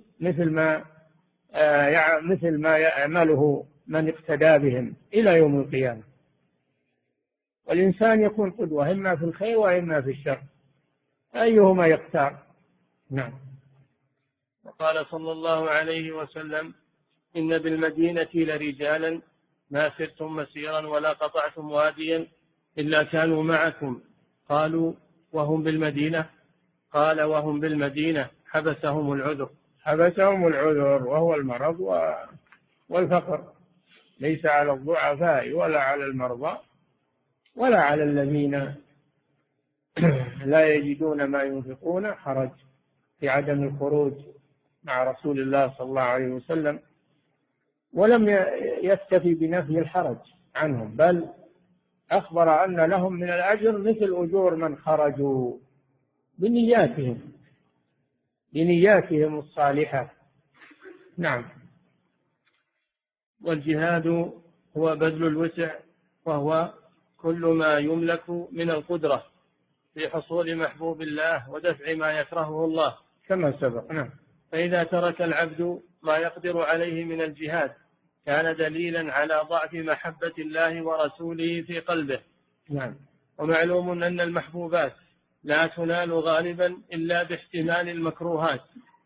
S2: مثل ما يعمله من اقتدى بهم إلى يوم القيامة. والإنسان يكون قدوة إما في الخير وإما في الشر، أيهما يختار. نعم.
S1: وقال صلى الله عليه وسلم: إن بالمدينة لرجالا ما سرتم مسيرا ولا قطعتم واديا إلا كانوا معكم. قالوا: وهم بالمدينة؟ قال: وهم بالمدينة حبسهم العذر.
S2: حبسهم العذر وهو المرض والفقر، ليس على الضعفاء ولا على المرضى ولا على الذين لا يجدون ما ينفقون حرج في عدم الخروج مع رسول الله صلى الله عليه وسلم. ولم يكتفي بنفي الحرج عنهم، بل أخبر أن لهم من الأجر مثل أجور من خرجوا بنياتهم الصالحة. نعم.
S1: والجهاد هو بذل الوسع، وهو كل ما يملك من القدرة في حصول محبوب الله ودفع ما يكرهه الله
S2: كما سبق. نعم.
S1: فإذا ترك العبد ما يقدر عليه من الجهاد كان دليلا على ضعف محبة الله ورسوله في قلبه.
S2: نعم.
S1: ومعلوم أن المحبوبات لا تنال غالبا إلا باحتمال المكروهات.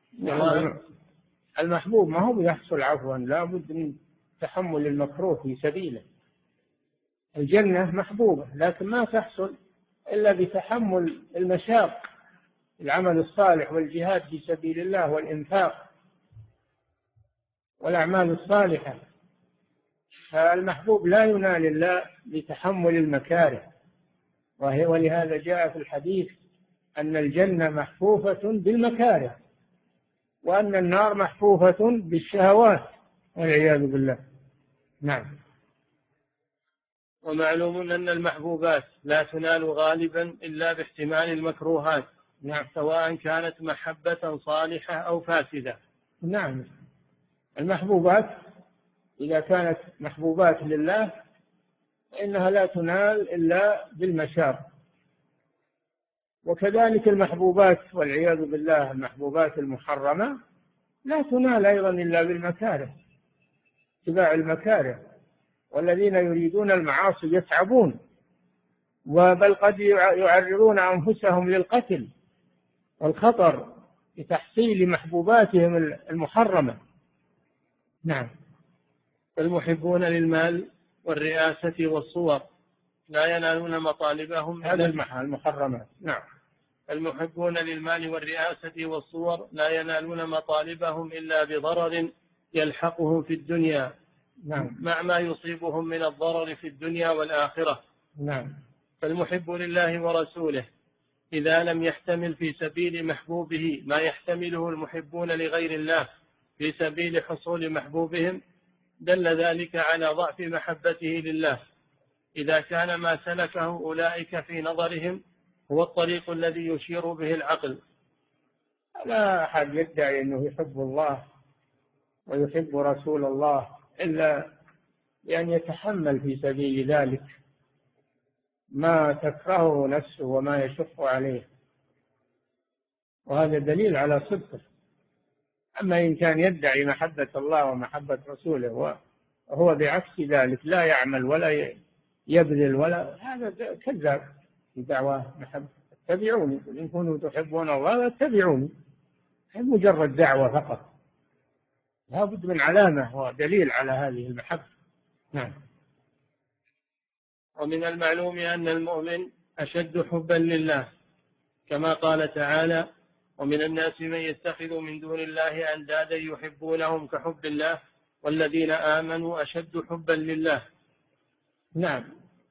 S2: المحبوب ما هو يحصل عفوا، لا بد من تحمل المكروه في سبيله. الجنة محبوبة لكن ما تحصل إلا بتحمل المشاق، العمل الصالح والجهاد في سبيل الله والإنفاق والأعمال الصالحة. فالمحبوب لا ينال إلا بتحمل المكاره. ولهذا جاء في الحديث أن الجنة محفوفة بالمكاره وأن النار محفوفة بالشهوات والعياذ بالله. نعم.
S1: ومعلوم أن المحبوبات لا تنال غالبا إلا باحتمال المكروهات.
S2: نعم.
S1: سواء كانت محبة صالحة أو فاسدة.
S2: نعم. المحبوبات إذا كانت محبوبات لله فإنها لا تنال إلا بالمشاق، وكذلك المحبوبات والعياذ بالله المحبوبات المحرمة لا تنال أيضا إلا بالمكاره، اتباع المكاره. والذين يريدون المعاصي يتعبون، بل قد يعرضون أنفسهم للقتل والخطر لتحصيل محبوباتهم المحرمة. نعم.
S1: المحبون للمال والرئاسة والصور لا ينالون مطالبهم.
S2: هذا المحرمات. نعم.
S1: المحبون للمال والرئاسة والصور لا ينالون مطالبهم إلا بضرر يلحقهم في الدنيا.
S2: نعم.
S1: مع ما يصيبهم من الضرر في الدنيا والآخرة.
S2: نعم.
S1: فالمحب لله ورسوله إذا لم يحتمل في سبيل محبوبه ما يحتمله المحبون لغير الله في سبيل حصول محبوبهم دل ذلك على ضعف محبته لله. إذا كان ما سلكه أولئك في نظرهم هو الطريق الذي يشير به العقل.
S2: لا أحد يدعي أنه يحب الله ويحب رسول الله إلا بأن يتحمل في سبيل ذلك ما تكرهه نفسه وما يشق عليه، وهذا دليل على صدقه. أما إن كان يدعي محبة الله ومحبة رسوله وهو بعكس ذلك لا يعمل ولا يبذل هذا كذاب في دعوة محبة. اتبعوني إن كنتم تحبون الله واتبعوني، هي مجرد دعوة فقط، لا بد من علامة ودليل على هذه المحبة. نعم.
S1: ومن المعلوم أن المؤمن أشد حبا لله، كما قال تعالى: ومن الناس من يتخذ من دون الله أندادا يحبونهم كحب الله والذين آمنوا أشد حبا لله.
S2: نعم،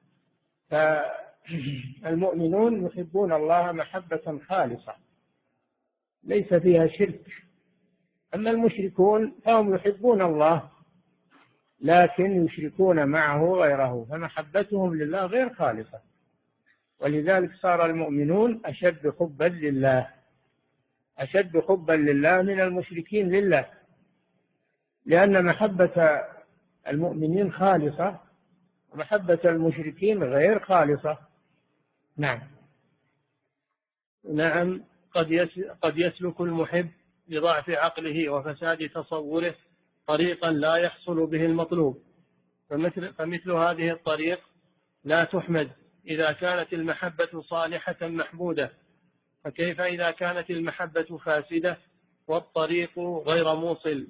S2: فالمؤمنون يحبون الله محبة خالصة ليس فيها شرك. أما المشركون فهم يحبون الله لكن يشركون معه غيره، فمحبتهم لله غير خالصة، ولذلك صار المؤمنون أشد حبا لله، أشد حبا لله من المشركين لله، لأن محبة المؤمنين خالصة ومحبة المشركين غير خالصة. نعم.
S1: نعم، قد يسلك المحب لضعف عقله وفساد تصوره طريقا لا يحصل به المطلوب، فمثل هذه الطريق لا تحمد إذا كانت المحبة صالحة محمودة، فكيف إذا كانت المحبة فاسدة والطريق غير موصل،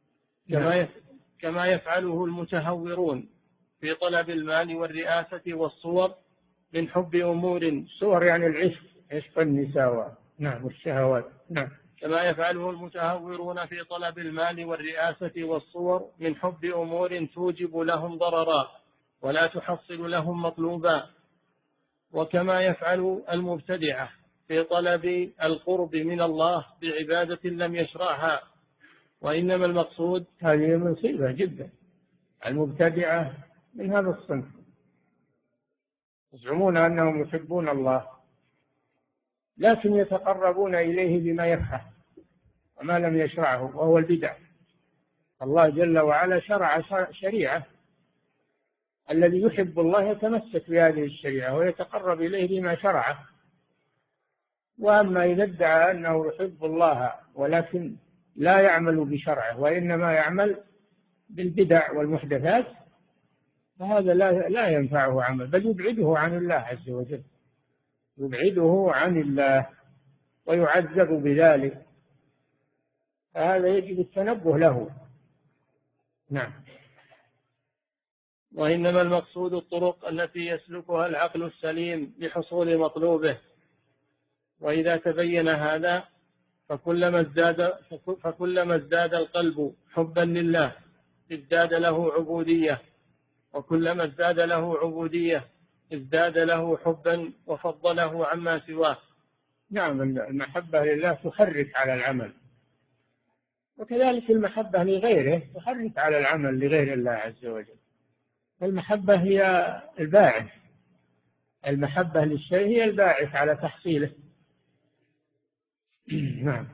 S1: كما يفعله المتهورون في طلب المال والرئاسة والصور من حب أمور.
S2: صور يعني العشق، عشق النساء نعم والشهوات. نعم.
S1: كما يفعله المتهورون في طلب المال والرئاسة والصور من حب أمور توجب لهم ضررا ولا تحصل لهم مطلوبا، وكما يفعل المبتدعة في طلب القرب من الله بعبادة لم يشرعها. وإنما المقصود،
S2: هذه مصيبة جدا، المبتدعة من هذا الصنف يزعمون أنهم يحبون الله لكن يتقربون إليه بما يكره وما لم يشرعه وهو البدع. الله جل وعلا شرع شريعة، الذي يحب الله يتمسك بهذه الشريعة ويتقرب إليه بما شرعه. وأما إذا ادعى أنه يحب الله ولكن لا يعمل بشرعه وإنما يعمل بالبدع والمحدثات فهذا لا ينفعه عمل، بل يبعده عن الله عز وجل، يبعده عن الله ويعذب بذلك، فهذا يجب التنبه له. نعم.
S1: وإنما المقصود الطرق التي يسلكها العقل السليم لحصول مطلوبه، وإذا تبين هذا فكلما ازداد القلب حبا لله ازداد له عبودية، وكلما ازداد له عبودية ازداد له حبا وفضله عما سواه.
S2: نعم، المحبة لله تحرك على العمل، وكذلك المحبة لغيره تحرك على العمل لغير الله عز وجل. المحبة هي الباعث، المحبة للشيء هي الباعث على تحصيله. نعم.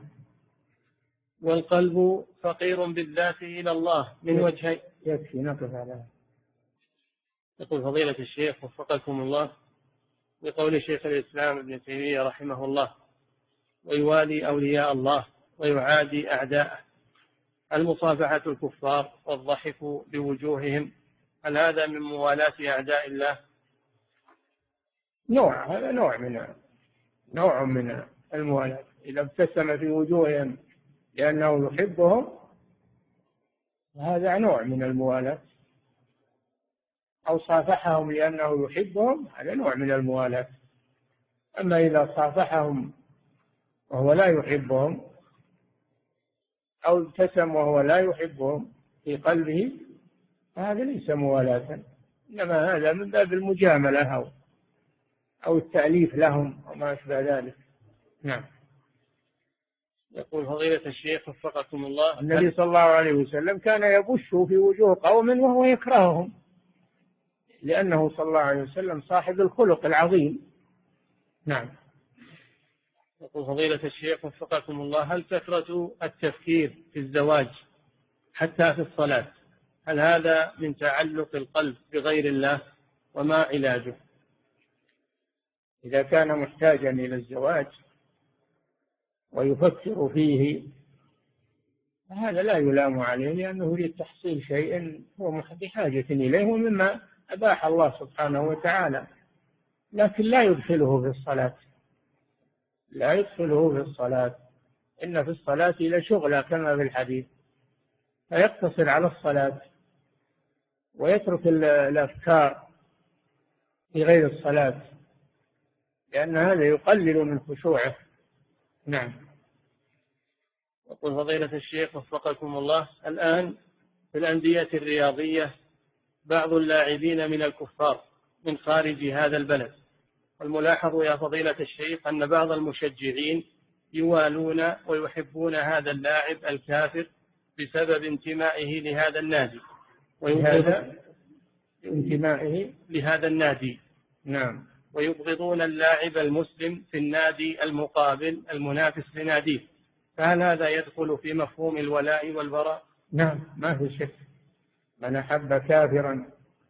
S1: والقلب فقير بالذات إلى الله من وجهين.
S2: يكفي نقف على.
S1: يقول فضيلة الشيخ وفقكم الله، بقول شيخ الإسلام ابن تيمية رحمه الله: ويوالي أولياء الله ويعادي أعداءه، المصافحة الكفار والضحك بوجوههم، هل هذا من موالاة أعداء الله؟
S2: هذا نوع من الموالاة. إذا ابتسم في وجوههم لأنه يحبهم هذا نوع من الموالاة، أو صافحهم لأنه يحبهم هذا نوع من الموالاة. أما إذا صافحهم وهو لا يحبهم أو ابتسم وهو لا يحبهم في قلبه فهذا ليس موالاة، إنما هذا من باب المجاملة أو التأليف لهم وما أشبه ذلك. نعم.
S1: يقول فضيلة الشيخ وفقكم الله:
S2: النبي صلى الله عليه وسلم كان يبش في وجوه قوم وهو يكرههم، لأنه صلى الله عليه وسلم صاحب الخلق العظيم. نعم.
S1: يقول فضيلة الشيخ وفقكم الله: هل كثرة التفكير في الزواج حتى في الصلاة هل هذا من تعلق القلب بغير الله، وما علاجه؟
S2: إذا كان محتاجا إلى الزواج ويفكر فيه هذا لا يلام عليه، لأنه يريد تحصيل شيء هو بحاجة إليه ومما أباح الله سبحانه وتعالى، لكن لا يدخله في الصلاة، لا يدخله في الصلاة. إن في الصلاة لشغلة كما في الحديث، فيقتصر على الصلاة ويترك الأفكار في غير الصلاة، لأن هذا يقلل من خشوعه. نعم.
S1: يقول فضيلة الشيخ وفقكم الله: الآن في الأندية الرياضية بعض اللاعبين من الكفار من خارج هذا البلد، والملاحظ يا فضيلة الشيخ أن بعض المشجعين يوالون ويحبون هذا اللاعب الكافر بسبب انتمائه لهذا النادي،
S2: انتمائه
S1: لهذا النادي.
S2: نعم.
S1: ويبغضون اللاعب المسلم في النادي المقابل المنافس لناديه، فهل هذا يدخل في مفهوم الولاء والبراء؟
S2: نعم، ما في شك. من أحب كافرا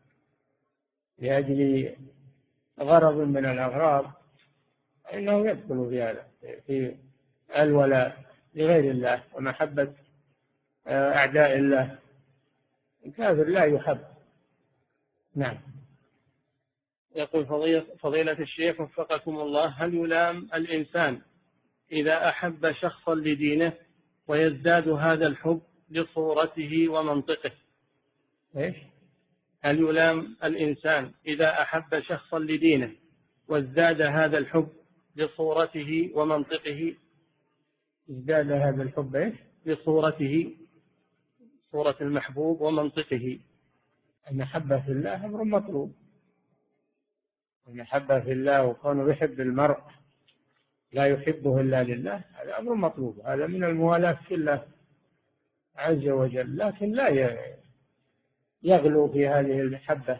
S2: لأجل غرض من الأغراض فإنه يدخل في هذا، في الولاء لغير الله ومحبة أعداء الله. الكافر لا يحب. نعم.
S1: يقول فضيلة الشيخ وفقكم الله: هل يلام الإنسان إذا أحب شخصا لدينه ويزداد هذا الحب لصورته ومنطقه؟
S2: إيش؟
S1: هل يلام الإنسان إذا أحب شخصا لدينه وازداد هذا الحب لصورته ومنطقه؟
S2: ازداد هذا الحب إيش؟
S1: لصورته، صورة المحبوب ومنطقه.
S2: المحبة في الله أمر مطلوب. المحبة في الله وكونه يحب المرء لا يحبه إلا لله هذا أمر مطلوب، هذا من الموالاة في الله عز وجل، لكن لا يغلو في هذه المحبة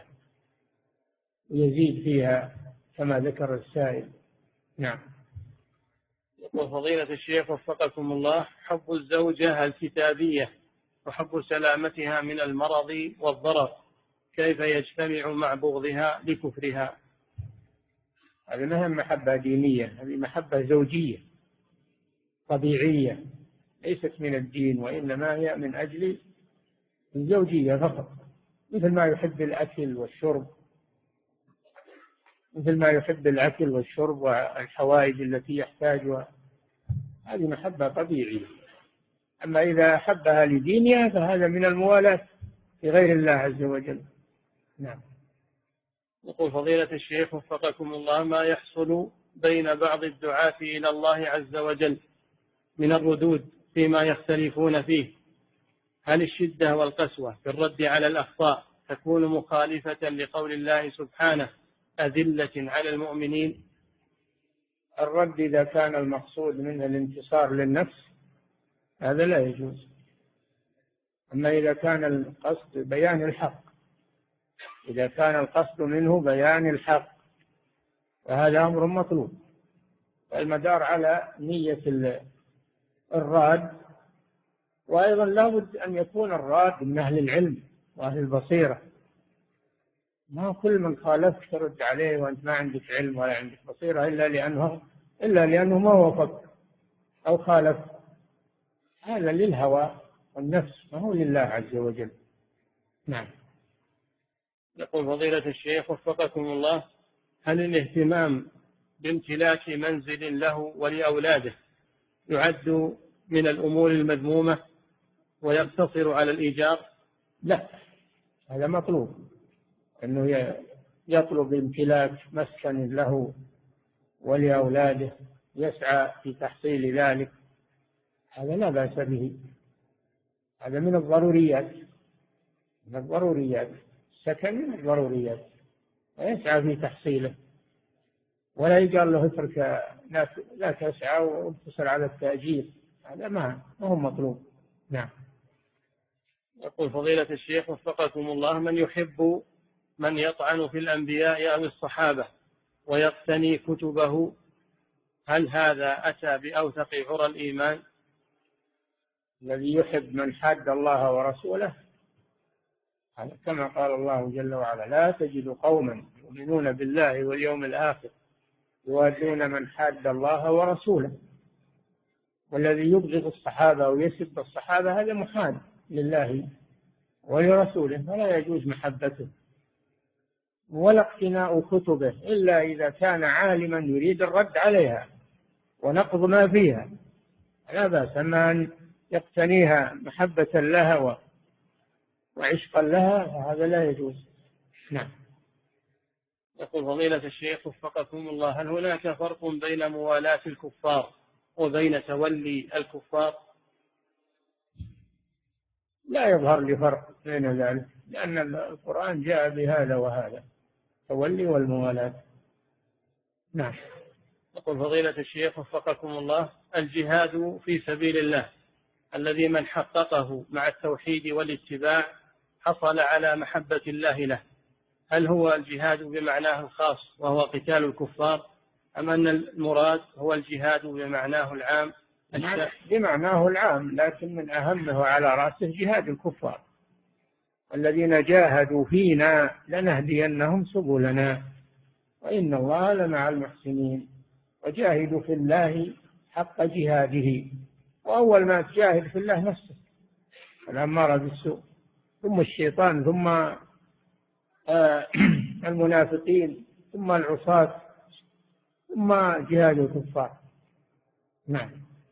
S2: يزيد فيها كما ذكر السائل. نعم.
S1: يقول فضيلة الشيخ وفقكم الله: حب الزوجة الكتابية وحب سلامتها من المرض والضرر كيف يجتمع مع بغضها لكفرها؟
S2: هذه ما هي محبة دينية، هذه محبة زوجية طبيعية ليست من الدين، وإنما هي من أجل الزوجية فقط، مثل ما يحب الأكل والشرب، مثل ما يحب الأكل والشرب والحوائج التي يحتاجها، هذه محبة طبيعية. أما إذا أحبها لدينها فهذا من الموالاة في غير الله عز وجل. نعم.
S1: يقول فضيلة الشيخ وفقكم الله: ما يحصل بين بعض الدعاة إلى الله عز وجل من الردود فيما يختلفون فيه، هل الشدة والقسوة في الرد على الأخطاء تكون مخالفة لقول الله سبحانه أذلة على المؤمنين؟
S2: الرد إذا كان المقصود منه الانتصار للنفس هذا لا يجوز، أما إذا كان القصد بيان الحق، إذا كان القصد منه بيان الحق فهذا أمر مطلوب. المدار على نية الراد، وأيضا لابد أن يكون الراد من أهل العلم وأهل البصيرة، ما كل من خالفك ترد عليه وأنت ما عندك علم ولا عندك بصيرة إلا لأنه ما وافق أو خالف، هذا للهوى والنفس ما هو لله عز وجل. نعم.
S1: يقول فضيلة الشيخ وفقكم الله: هل الاهتمام بامتلاك منزل له ولأولاده يعد من الأمور المذمومة ويقتصر على الإيجار؟
S2: لا، هذا مطلوب، أنه يطلب امتلاك مسكن له ولأولاده، يسعى في تحصيل ذلك، هذا لا بأس به، هذا من الضروريات، من الضروريات، السكن من الضروريات، ويسعى في تحصيله، ولا يقال له اترك لا تسعى واقتصر على التأجير، هذا ما هو مطلوب. نعم.
S1: يقول فضيلة الشيخ وفقكم الله: من يحب من يطعن في الأنبياء أو الصحابة ويقتني كتبه هل هذا أتى بأوثق عرى الإيمان؟
S2: الذي يحب من حاد الله ورسوله، كما قال الله جل وعلا: لا تجد قوما يؤمنون بالله واليوم الآخر يوادون من حاد الله ورسوله. والذي يبغض الصحابة ويسب الصحابة هذا محاد لله ولرسوله، فلا يجوز محبته ولا اقتناء كتبه إلا إذا كان عالما يريد الرد عليها ونقض ما فيها، لا بأس. أما أن يقتنيها محبة لها وعشقا لها فهذا لا يجوز. نعم.
S1: يقول فضيلة الشيخ وفقكم الله: هل هناك فرق بين موالاة الكفار وبين تولي الكفار؟
S2: لا يظهر لي فرق بين ذلك، لأن القرآن جاء بهذا وهذا، تولي والموالاة. نعم.
S1: يقول فضيلة الشيخ وفقكم الله: الجهاد في سبيل الله الذي من حققه مع التوحيد والاتباع حصل على محبة الله له، هل هو الجهاد بمعناه الخاص وهو قتال الكفار، أم أن المراد هو الجهاد بمعناه العام؟
S2: بمعناه العام، لكن من أهمه على رأسه جهاد الكفار. الذين جاهدوا فينا لنهدينهم سبلنا وإن الله لمع المحسنين. وجاهدوا في الله حق جهاده، وأول ما تجاهد في الله نفسه الأمارة بالسوء، ثم الشيطان، ثم المنافقين، ثم العصاة، ثم جهاد الكفار. نعم.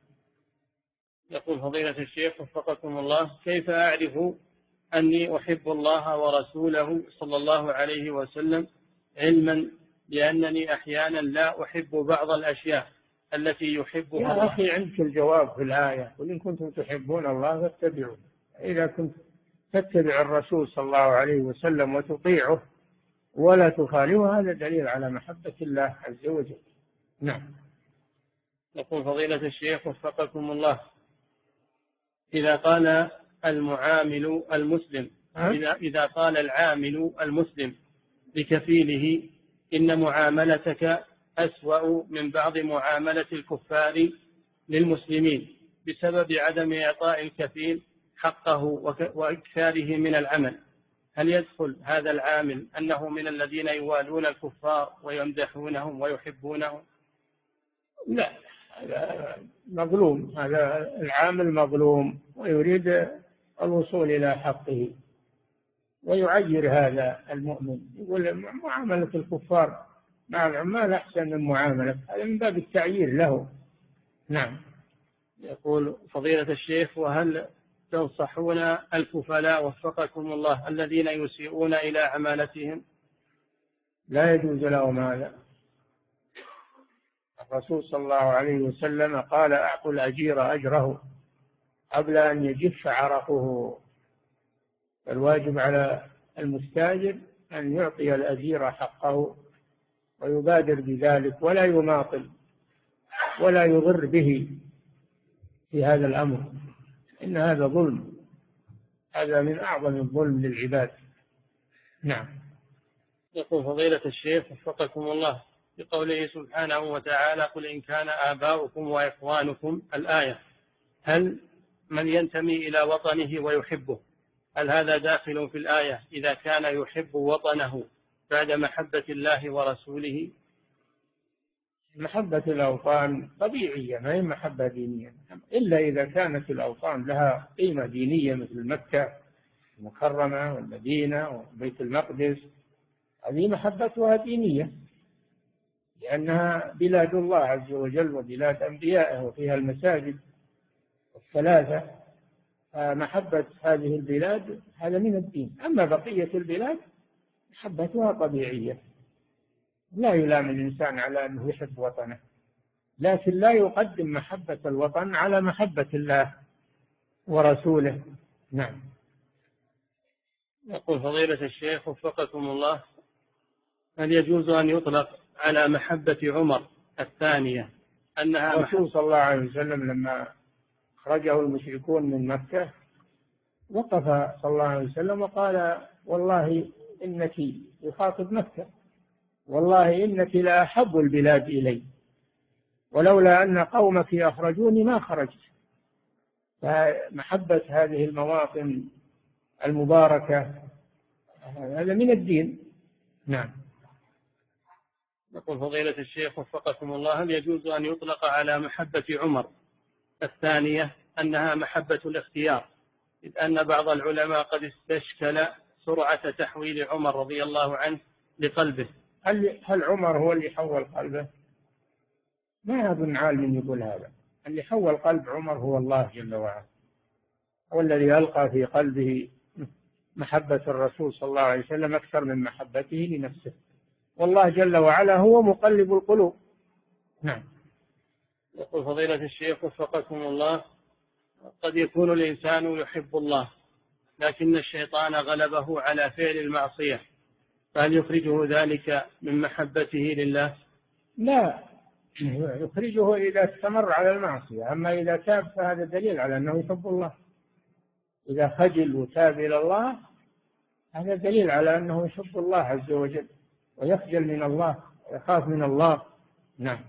S1: يقول فضيلة الشيخ وفقكم الله: كيف أعرف أني أحب الله ورسوله صلى الله عليه وسلم، علما بأنني أحيانا لا أحب بعض الأشياء التي يحبها
S2: يا أخي عندك الجواب في الآية: قل إن كنتم تحبون الله فاتبعوا. إذا كنت تتبع الرسول صلى الله عليه وسلم وتطيعه ولا تخالفه هذا دليل على محبة الله عز وجل. نعم.
S1: يقول فضيلة الشيخ وفقكم الله: إذا قال المعامل المسلم إذا قال العامل المسلم لكفيله إن معاملتك أسوأ من بعض معاملة الكفار للمسلمين بسبب عدم إعطاء الكفيل حقه وإكثاره من العمل، هل يدخل هذا العامل أنه من الذين يوالون الكفار ويمدحونهم ويحبونهم؟
S2: لا، هذا مظلوم، هذا العامل مظلوم ويريد الوصول إلى حقه، ويعير هذا المؤمن، يقول معاملة الكفار مع العمال أحسن من معاملة، هذا من باب التعيير له. نعم.
S1: يقول فضيلة الشيخ: وهل تنصحون الكفلاء وفقكم الله الذين يسيئون إلى عمالتهم؟
S2: لا يجوز لهم هذا. الرسول صلى الله عليه وسلم قال: أعطوا الأجير أجره قبل أن يجف عرقه. الواجب على المستاجر أن يعطي الأجير حقه ويبادر بذلك ولا يماطل ولا يضر به في هذا الأمر، إن هذا ظلم، هذا من أعظم الظلم للعباد. نعم.
S1: يقول فضيلة الشيخ وفقكم الله: بقوله سبحانه وتعالى: قل إن كان آباؤكم وإخوانكم، الآية، هل من ينتمي إلى وطنه ويحبه هل هذا داخل في الآية إذا كان يحب وطنه بعد محبة الله ورسوله؟
S2: محبة الأوطان طبيعية، ما هي محبة دينية، إلا إذا كانت الأوطان لها قيمة دينية مثل مكة المكرمة والمدينة وبيت المقدس، هذه محبتها دينية لأنها بلاد الله عز وجل وبلاد أنبيائه وفيها المساجد الثلاثة، فمحبة هذه البلاد هذا من الدين. أما بقية البلاد محبتها طبيعية، لا يلام الإنسان على أنه يحب وطنه، لكن لا يقدم محبة الوطن على محبة الله ورسوله. نعم.
S1: يقول فضيلة الشيخ وفقكم الله: هل يجوز أن يطلق على محبة عمر الثانية أنها
S2: الرسول صلى الله عليه وسلم لما أخرجه المشركون من مكة وقف صلى الله عليه وسلم وقال: والله إنك، يخاطب مكة، والله إنك لأحب البلاد إلي، ولولا أن قومك أخرجوني ما خرجت. فمحبة هذه المواطن المباركة هذا من الدين. نعم.
S1: يقول فضيلة الشيخ وفقكم الله: هل يجوز أن يطلق على محبة عمر الثانية أنها محبة الاختيار، إذ أن بعض العلماء قد استشكل سرعة تحويل عمر رضي الله عنه لقلبه؟
S2: هل عمر هو اللي حول قلبه؟ ما أظن عالم يقول هذا. اللي حول قلب عمر هو الله جل وعلا، هو الذي ألقى في قلبه محبة الرسول صلى الله عليه وسلم أكثر من محبته لنفسه، والله جل وعلا هو مقلب القلوب. نعم.
S1: يقول فضيلة الشيخ وفقكم الله: قد يكون الإنسان يحب الله لكن الشيطان غلبه على فعل المعصية، فهل يخرجه ذلك من محبته لله؟
S2: لا، يخرجه إذا استمر على المعصية. أما إذا تاب فهذا دليل على أنه يحب الله. إذا خجل وتاب إلى الله هذا دليل على أنه يحب الله عز وجل ويخجل من الله ويخاف من الله. نعم.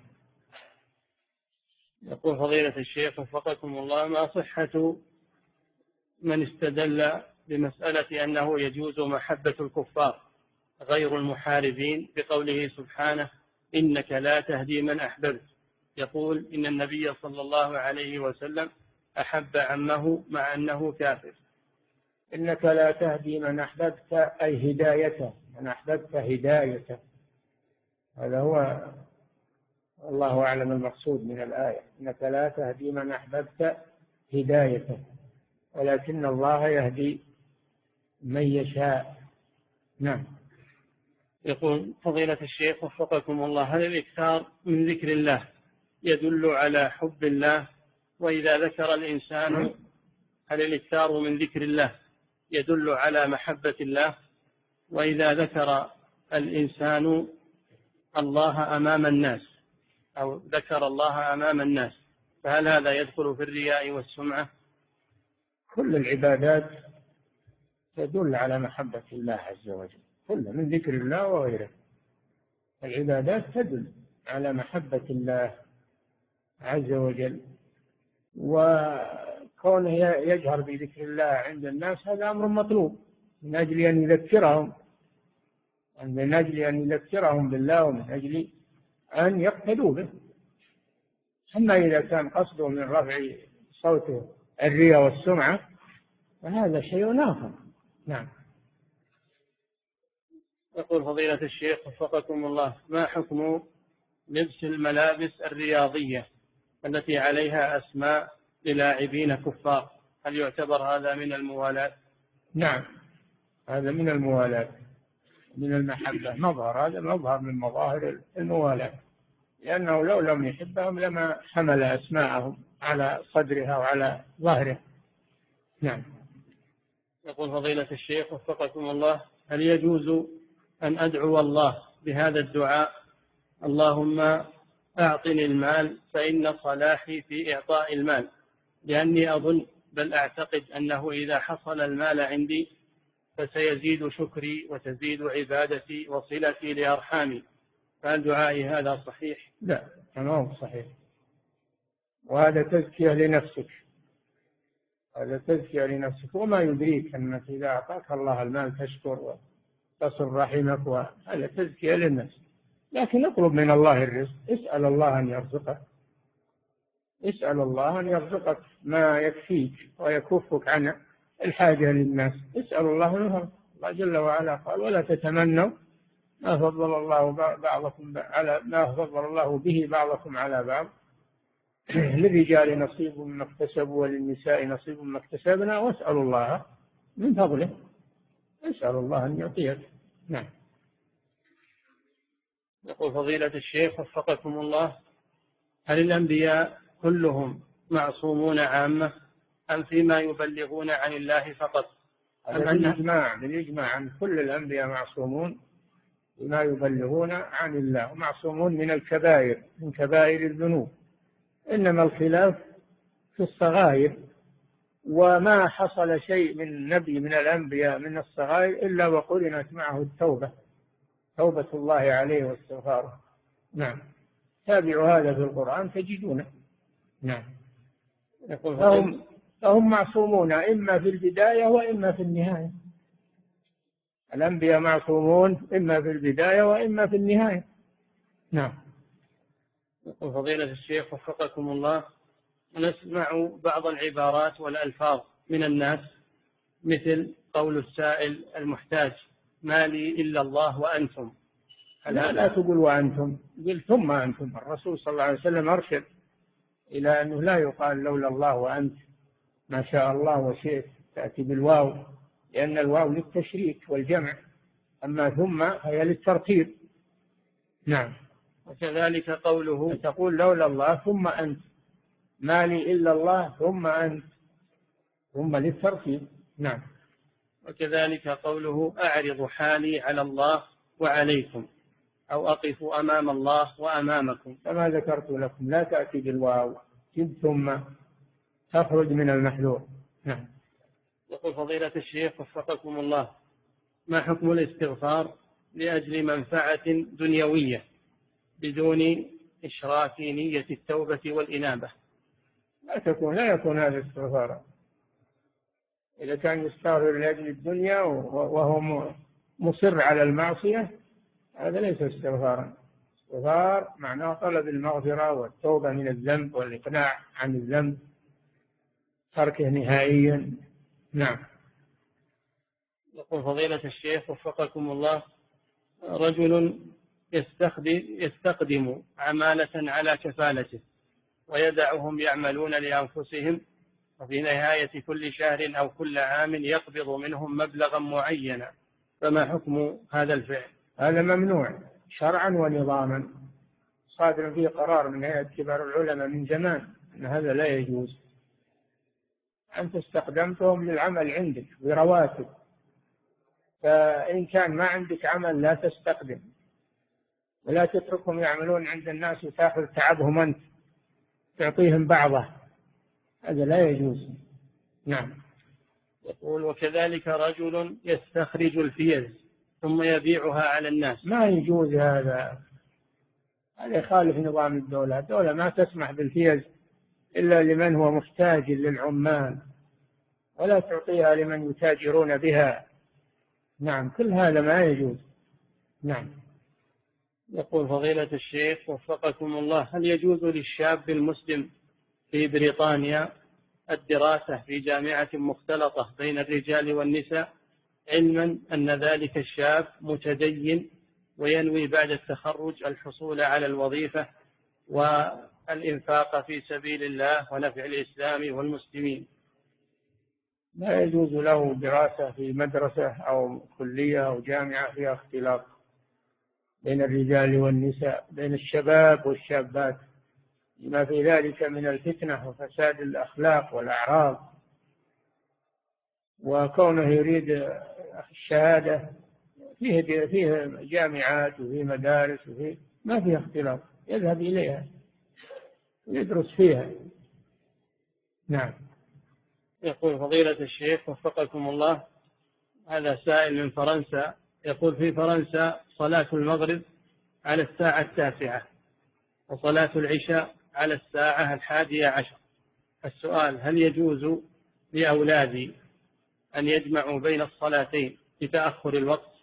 S1: يقول فضيلة الشيخ وفقكم الله: ما صحة من استدل بمسألة أنه يجوز محبة الكفار غير المحاربين بقوله سبحانه: إنك لا تهدي من أحببت، يقول إن النبي صلى الله عليه وسلم أحب عمه مع أنه كافر؟
S2: إنك لا تهدي من أحببت أي هدايته، من أحببت هدايته، هذا هو الله أعلم المقصود من الآية. إنك لا تهدي من أحببت هدايته ولكن الله يهدي من يشاء. نعم.
S1: يقول فضيلة الشيخ وفقكم الله: هل الإكثار من ذكر الله يدل على حب الله؟ وإذا ذكر الإنسان، هل الإكثار من ذكر الله يدل على محبة الله؟ وإذا ذكر الإنسان الله أمام الناس أو ذكر الله أمام الناس فهل هذا يدخل في الرياء والسمعة؟
S2: كل العبادات تدل على محبة الله عز وجل، كل من ذكر الله وغيره. العبادات تدل على محبة الله عز وجل، وكونه يجهر بذكر الله عند الناس هذا أمر مطلوب من أجل أن يذكرهم، من أجل أن يذكرهم بالله ومن أجل أن يقتدوا به. أما إذا كان قصده من رفع صوته الرياء والسمعة فهذا شيء آخر. نعم.
S1: يقول فضيلة الشيخ وفقكم الله: ما حكم لبس الملابس الرياضية التي عليها أسماء للاعبين كفار؟ هل يعتبر هذا من الموالاة؟
S2: نعم، هذا من الموالاة، من المحبة، مظهر، هذا مظهر من مظاهر الموالاة، لأنه لو لم يحبهم لما حمل أسماءهم على صدرها وعلى ظهره. نعم.
S1: يقول فضيلة الشيخ وفقكم الله: هل يجوز أن أدعو الله بهذا الدعاء: اللهم أعطني المال فإن صلاحي في إعطاء المال، لأني أظن بل أعتقد أنه إذا حصل المال عندي فسيزيد شكري وتزيد عبادتي وصلتي لأرحامي، فهل دعائي هذا صحيح؟
S2: لا، ما هو صحيح، وهذا تزكية لنفسك، هذا تزكية لنفسك. وما يدريك أنك إذا أعطاك الله المال تشكر وتصل رحمك، وهذا تزكية للنفس. لكن اطلب من الله الرزق، اسأل الله أن يرزقك، اسأل الله أن يرزقك ما يكفيك ويكفك عن الحاجة للناس، اسأل الله الرزق. الله جل وعلا قال: ولا تتمنوا ما فضل الله بعضكم على ما فضل الله به بعضكم على بعض، للرجال نصيب مما اكتسبوا وللنساء نصيب مما اكتسبنا واسأل الله من فضله، اسأل الله أن يعطيك. نعم.
S1: يقول فضيلة الشيخ وفقكم الله: هل الأنبياء كلهم معصومون عامة أم فيما يبلغون عن الله فقط؟
S2: بالإجماع عن كل الأنبياء معصومون بما يبلغون عن الله، ومعصومون من الكبائر، من كبائر الذنوب، إنما الخلاف في الصغائر. وما حصل شيء من نبي من الأنبياء من الصغائر إلا وقرنت معه التوبة، توبة الله عليه واستغفاره. نعم. تابعوا هذا في القرآن تجدونه. نعم. فهم معصومون إما في البداية وإما في النهاية. الأنبياء معصومون إما في البداية وإما في النهاية. نعم.
S1: يقول فضيلة الشيخ وفقكم الله، نسمع بعض العبارات والألفاظ من الناس مثل قول السائل المحتاج ما لي إلا الله وأنتم.
S2: لا تقول وأنتم، قل ثم أنتم. الرسول صلى الله عليه وسلم أرشد إلى أنه لا يقال لولا الله وأنت، ما شاء الله وشئت تأتي بالواو، لأن الواو للتشريك والجمع، أما ثم هي للترتيب. نعم.
S1: وكذلك قوله
S2: تقول لولا الله ثم أنت، ما لي إلا الله ثم أنت، ثم للترتيب. نعم.
S1: وكذلك قوله أعرض حالي على الله وعليكم، أو أقف أمام الله وأمامكم،
S2: كما ذكرت لكم لا تأتي بالواو، جد ثم تخرج من المحذور. نعم.
S1: يقول فضيلة الشيخ وفقكم الله، ما حكم الاستغفار لأجل منفعة دنيوية بدون إشراف نية التوبة والإنابة؟
S2: لا يكون هذا استغفارا. إذا كان يستغفر لأجل الدنيا وهو مصر على المعصية، هذا ليس استغفارا. استغفار معناه طلب المغفرة والتوبة من الذنب والإقلاع عن الذنب، تركه نهائيا. نعم.
S1: يقول فضيلة الشيخ وفقكم الله، رجل يستخدم عمالة على كفالته ويدعهم يعملون لأنفسهم، وفي نهاية كل شهر أو كل عام يقبض منهم مبلغا معينا، فما حكم هذا الفعل؟
S2: هذا ممنوع شرعا ونظاما، صادر فيه قرار من هيئة كبار العلماء من زمان أن هذا لا يجوز. أنت استخدمتهم للعمل عندك برواتب، فإن كان ما عندك عمل لا تستخدم، ولا تتركهم يعملون عند الناس وتأخذ تعبهم أنت تعطيهم بعضه، هذا لا يجوز. نعم.
S1: يقول وكذلك رجل يستخرج الفيز ثم يبيعها على الناس،
S2: ما يجوز هذا يخالف نظام الدولة. الدولة ما تسمح بالفيز إلا لمن هو محتاج للعمال، ولا تعطيها لمن يتاجرون بها. نعم، كل هذا ما يجوز. نعم.
S1: يقول فضيلة الشيخ وفقكم الله، هل يجوز للشاب المسلم في بريطانيا الدراسة في جامعة مختلطة بين الرجال والنساء، علما أن ذلك الشاب متدين وينوي بعد التخرج الحصول على الوظيفة والإنفاق في سبيل الله ونفع الإسلام والمسلمين؟
S2: لا يجوز له دراسة في مدرسة أو كلية أو جامعة فيها اختلاط بين الرجال والنساء، بين الشباب والشابات، لما في ذلك من الفتنة وفساد الأخلاق والأعراض. وكونه يريد الشهادة فيه جامعات وفيه مدارس ما فيها اختلاط، يذهب إليها يدرس فيها. نعم.
S1: يقول فضيلة الشيخ وفقكم الله، هذا سائل من فرنسا، يقول في فرنسا صلاة المغرب على الساعة 9 وصلاة العشاء على الساعة 11. السؤال: هل يجوز لأولادي أن يجمعوا بين الصلاتين بتأخر الوقت؟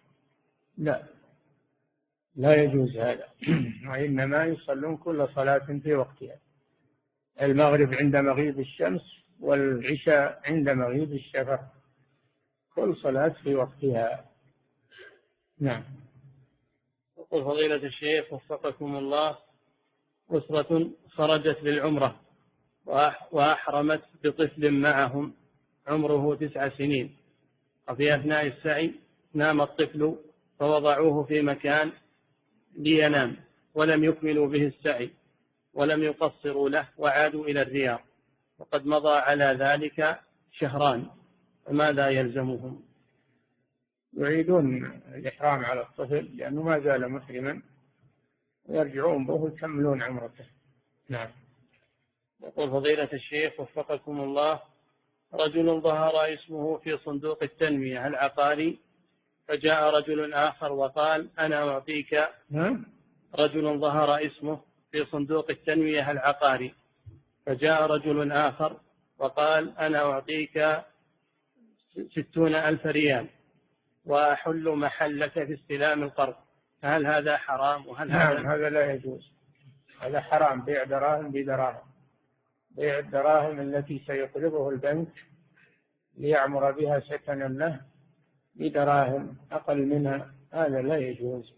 S2: لا يجوز هذا. وإنما يصلون كل صلاة في وقتها، المغرب عند مغيب الشمس والعشاء عند مغيب الشفق، كل صلاة في وقتها. نعم.
S1: يقول فضيلة الشيخ وفقكم الله، أسرة خرجت للعمرة وأحرمت بطفل معهم عمره 9 سنين، وفي أثناء السعي نام الطفل فوضعوه في مكان لينام ولم يكملوا به السعي ولم يقصروا له وعادوا إلى الرياض، وقد مضى على ذلك 2 شهر، فماذا يلزمهم؟
S2: يعيدون الإحرام على الطفل لأنه ما زال محرما، ويرجعون به ويكملون عمرته. نعم.
S1: يقول فضيلة الشيخ وفقكم الله، رجل ظهر اسمه في صندوق التنمية العقاري، فجاء رجل آخر وقال: أنا أعطيك.
S2: نعم.
S1: رجل ظهر اسمه في صندوق التنمية العقاري، فجاء رجل آخر وقال أنا أعطيك 60,000 ريال وأحل محلك في استلام القرض، هل هذا حرام؟ وهل
S2: نعم هذا لا يجوز، هذا حرام، بيع دراهم بدراهم، بيع الدراهم التي سيقرضه البنك ليعمر بها سكنا له بدراهم أقل منها، هذا لا يجوز.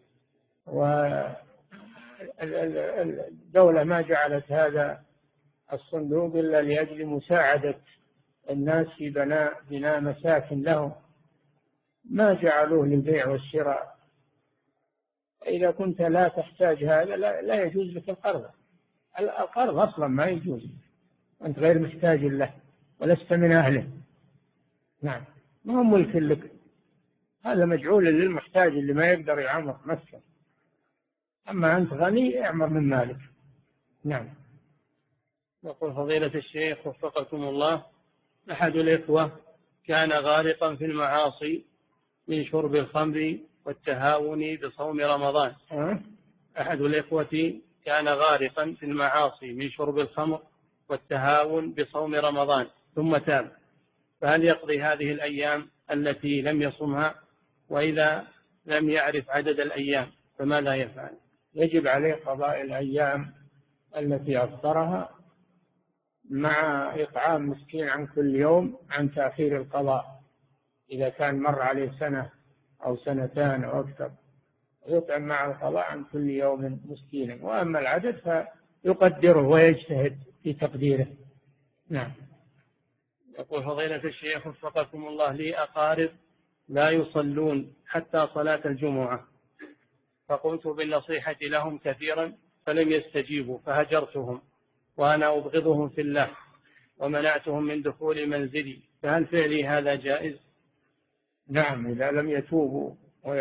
S2: والدولة ما جعلت هذا الصندوق إلا لأجل مساعدة الناس في بناء مساكن لهم، ما جعلوه للبيع والشراء. إذا كنت لا تحتاج هذا لا يجوز لك القرض. القرض أصلا ما يجوز، أنت غير محتاج له ولست من أهله. نعم، ما هو ملك لك، هذا مجعول للمحتاج اللي ما يقدر يعمر نفسه، أما أنت غني اعمر من مالك. نعم.
S1: يقول فضيلة الشيخ وفقكم الله، أحد الإخوة كان غارقا في المعاصي من شرب الخمر والتهاون بصوم رمضان. أحد الإخوة كان غارقا في المعاصي من شرب الخمر والتهاون بصوم رمضان ثم تاب، فهل يقضي هذه الأيام التي لم يصمها؟ وإذا لم يعرف عدد الأيام فماذا يفعل؟
S2: يجب عليه قضاء الأيام التي أفطرها مع إطعام مسكين عن كل يوم عن تأخير القضاء، إذا كان مر عليه سنة أو سنتان أو أكثر يطعم مع القضاء عن كل يوم مسكينا، وأما العدد فيقدره ويجتهد في تقديره. نعم.
S1: يقول فضيلة الشيخ وفقكم الله، لي أقارب لا يصلون حتى صلاة الجمعة، فقمت بالنصيحة لهم كثيرا فلم يستجيبوا فهجرتهم وأنا أبغضهم في الله ومنعتهم من دخول منزلي، فهل فعلي هذا جائز؟
S2: نعم، إذا لم يتوبوا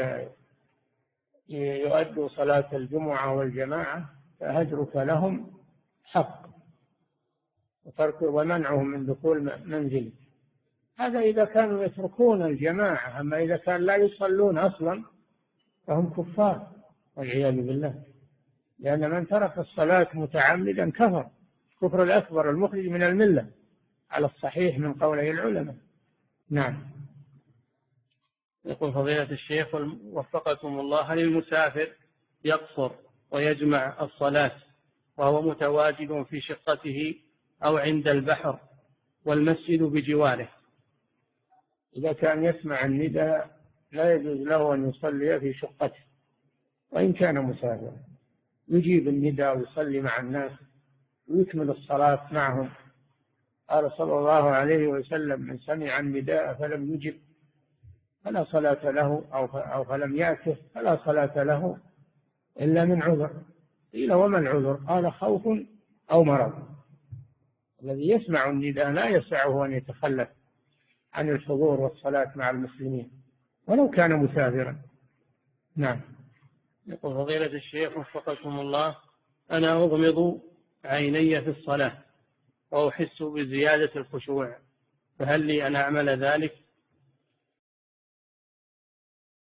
S2: ويؤدوا صلاة الجمعة والجماعة فهجرك لهم حق، ومنعهم من دخول منزلك، هذا إذا كانوا يتركون الجماعة. أما إذا كان لا يصلون أصلا فهم كفار والعياذ بالله، لأن من ترك الصلاة متعمدا كفر كفر الأكبر المخرج من الملة على الصحيح من قوله العلماء. نعم.
S1: يقول فضيلة الشيخ وفقكم الله، هل المسافر يقصر ويجمع الصلاة وهو متواجد في شقته أو عند البحر والمسجد بجواره؟
S2: إذا كان يسمع النداء لا يجوز له أن يصلي في شقته وإن كان مسافرا، يجيب النداء ويصلي مع الناس ويكمل الصلاة معهم. قال صلى الله عليه وسلم: من سمع النداء فلم يجب فلا صلاة له، أو فلم يأته فلا صلاة له إلا من عذر. قيل: وما العذر؟ قال: خوف أو مرض. الذي يسمع النداء لا يسعه أن يتخلف عن الحضور والصلاة مع المسلمين ولو كان مسافرا. نعم.
S1: يقول فضيلة الشيخ وفقكم الله، أنا أغمض عيني في الصلاة وأحس بزيادة الخشوع، فهل لي أن أعمل ذلك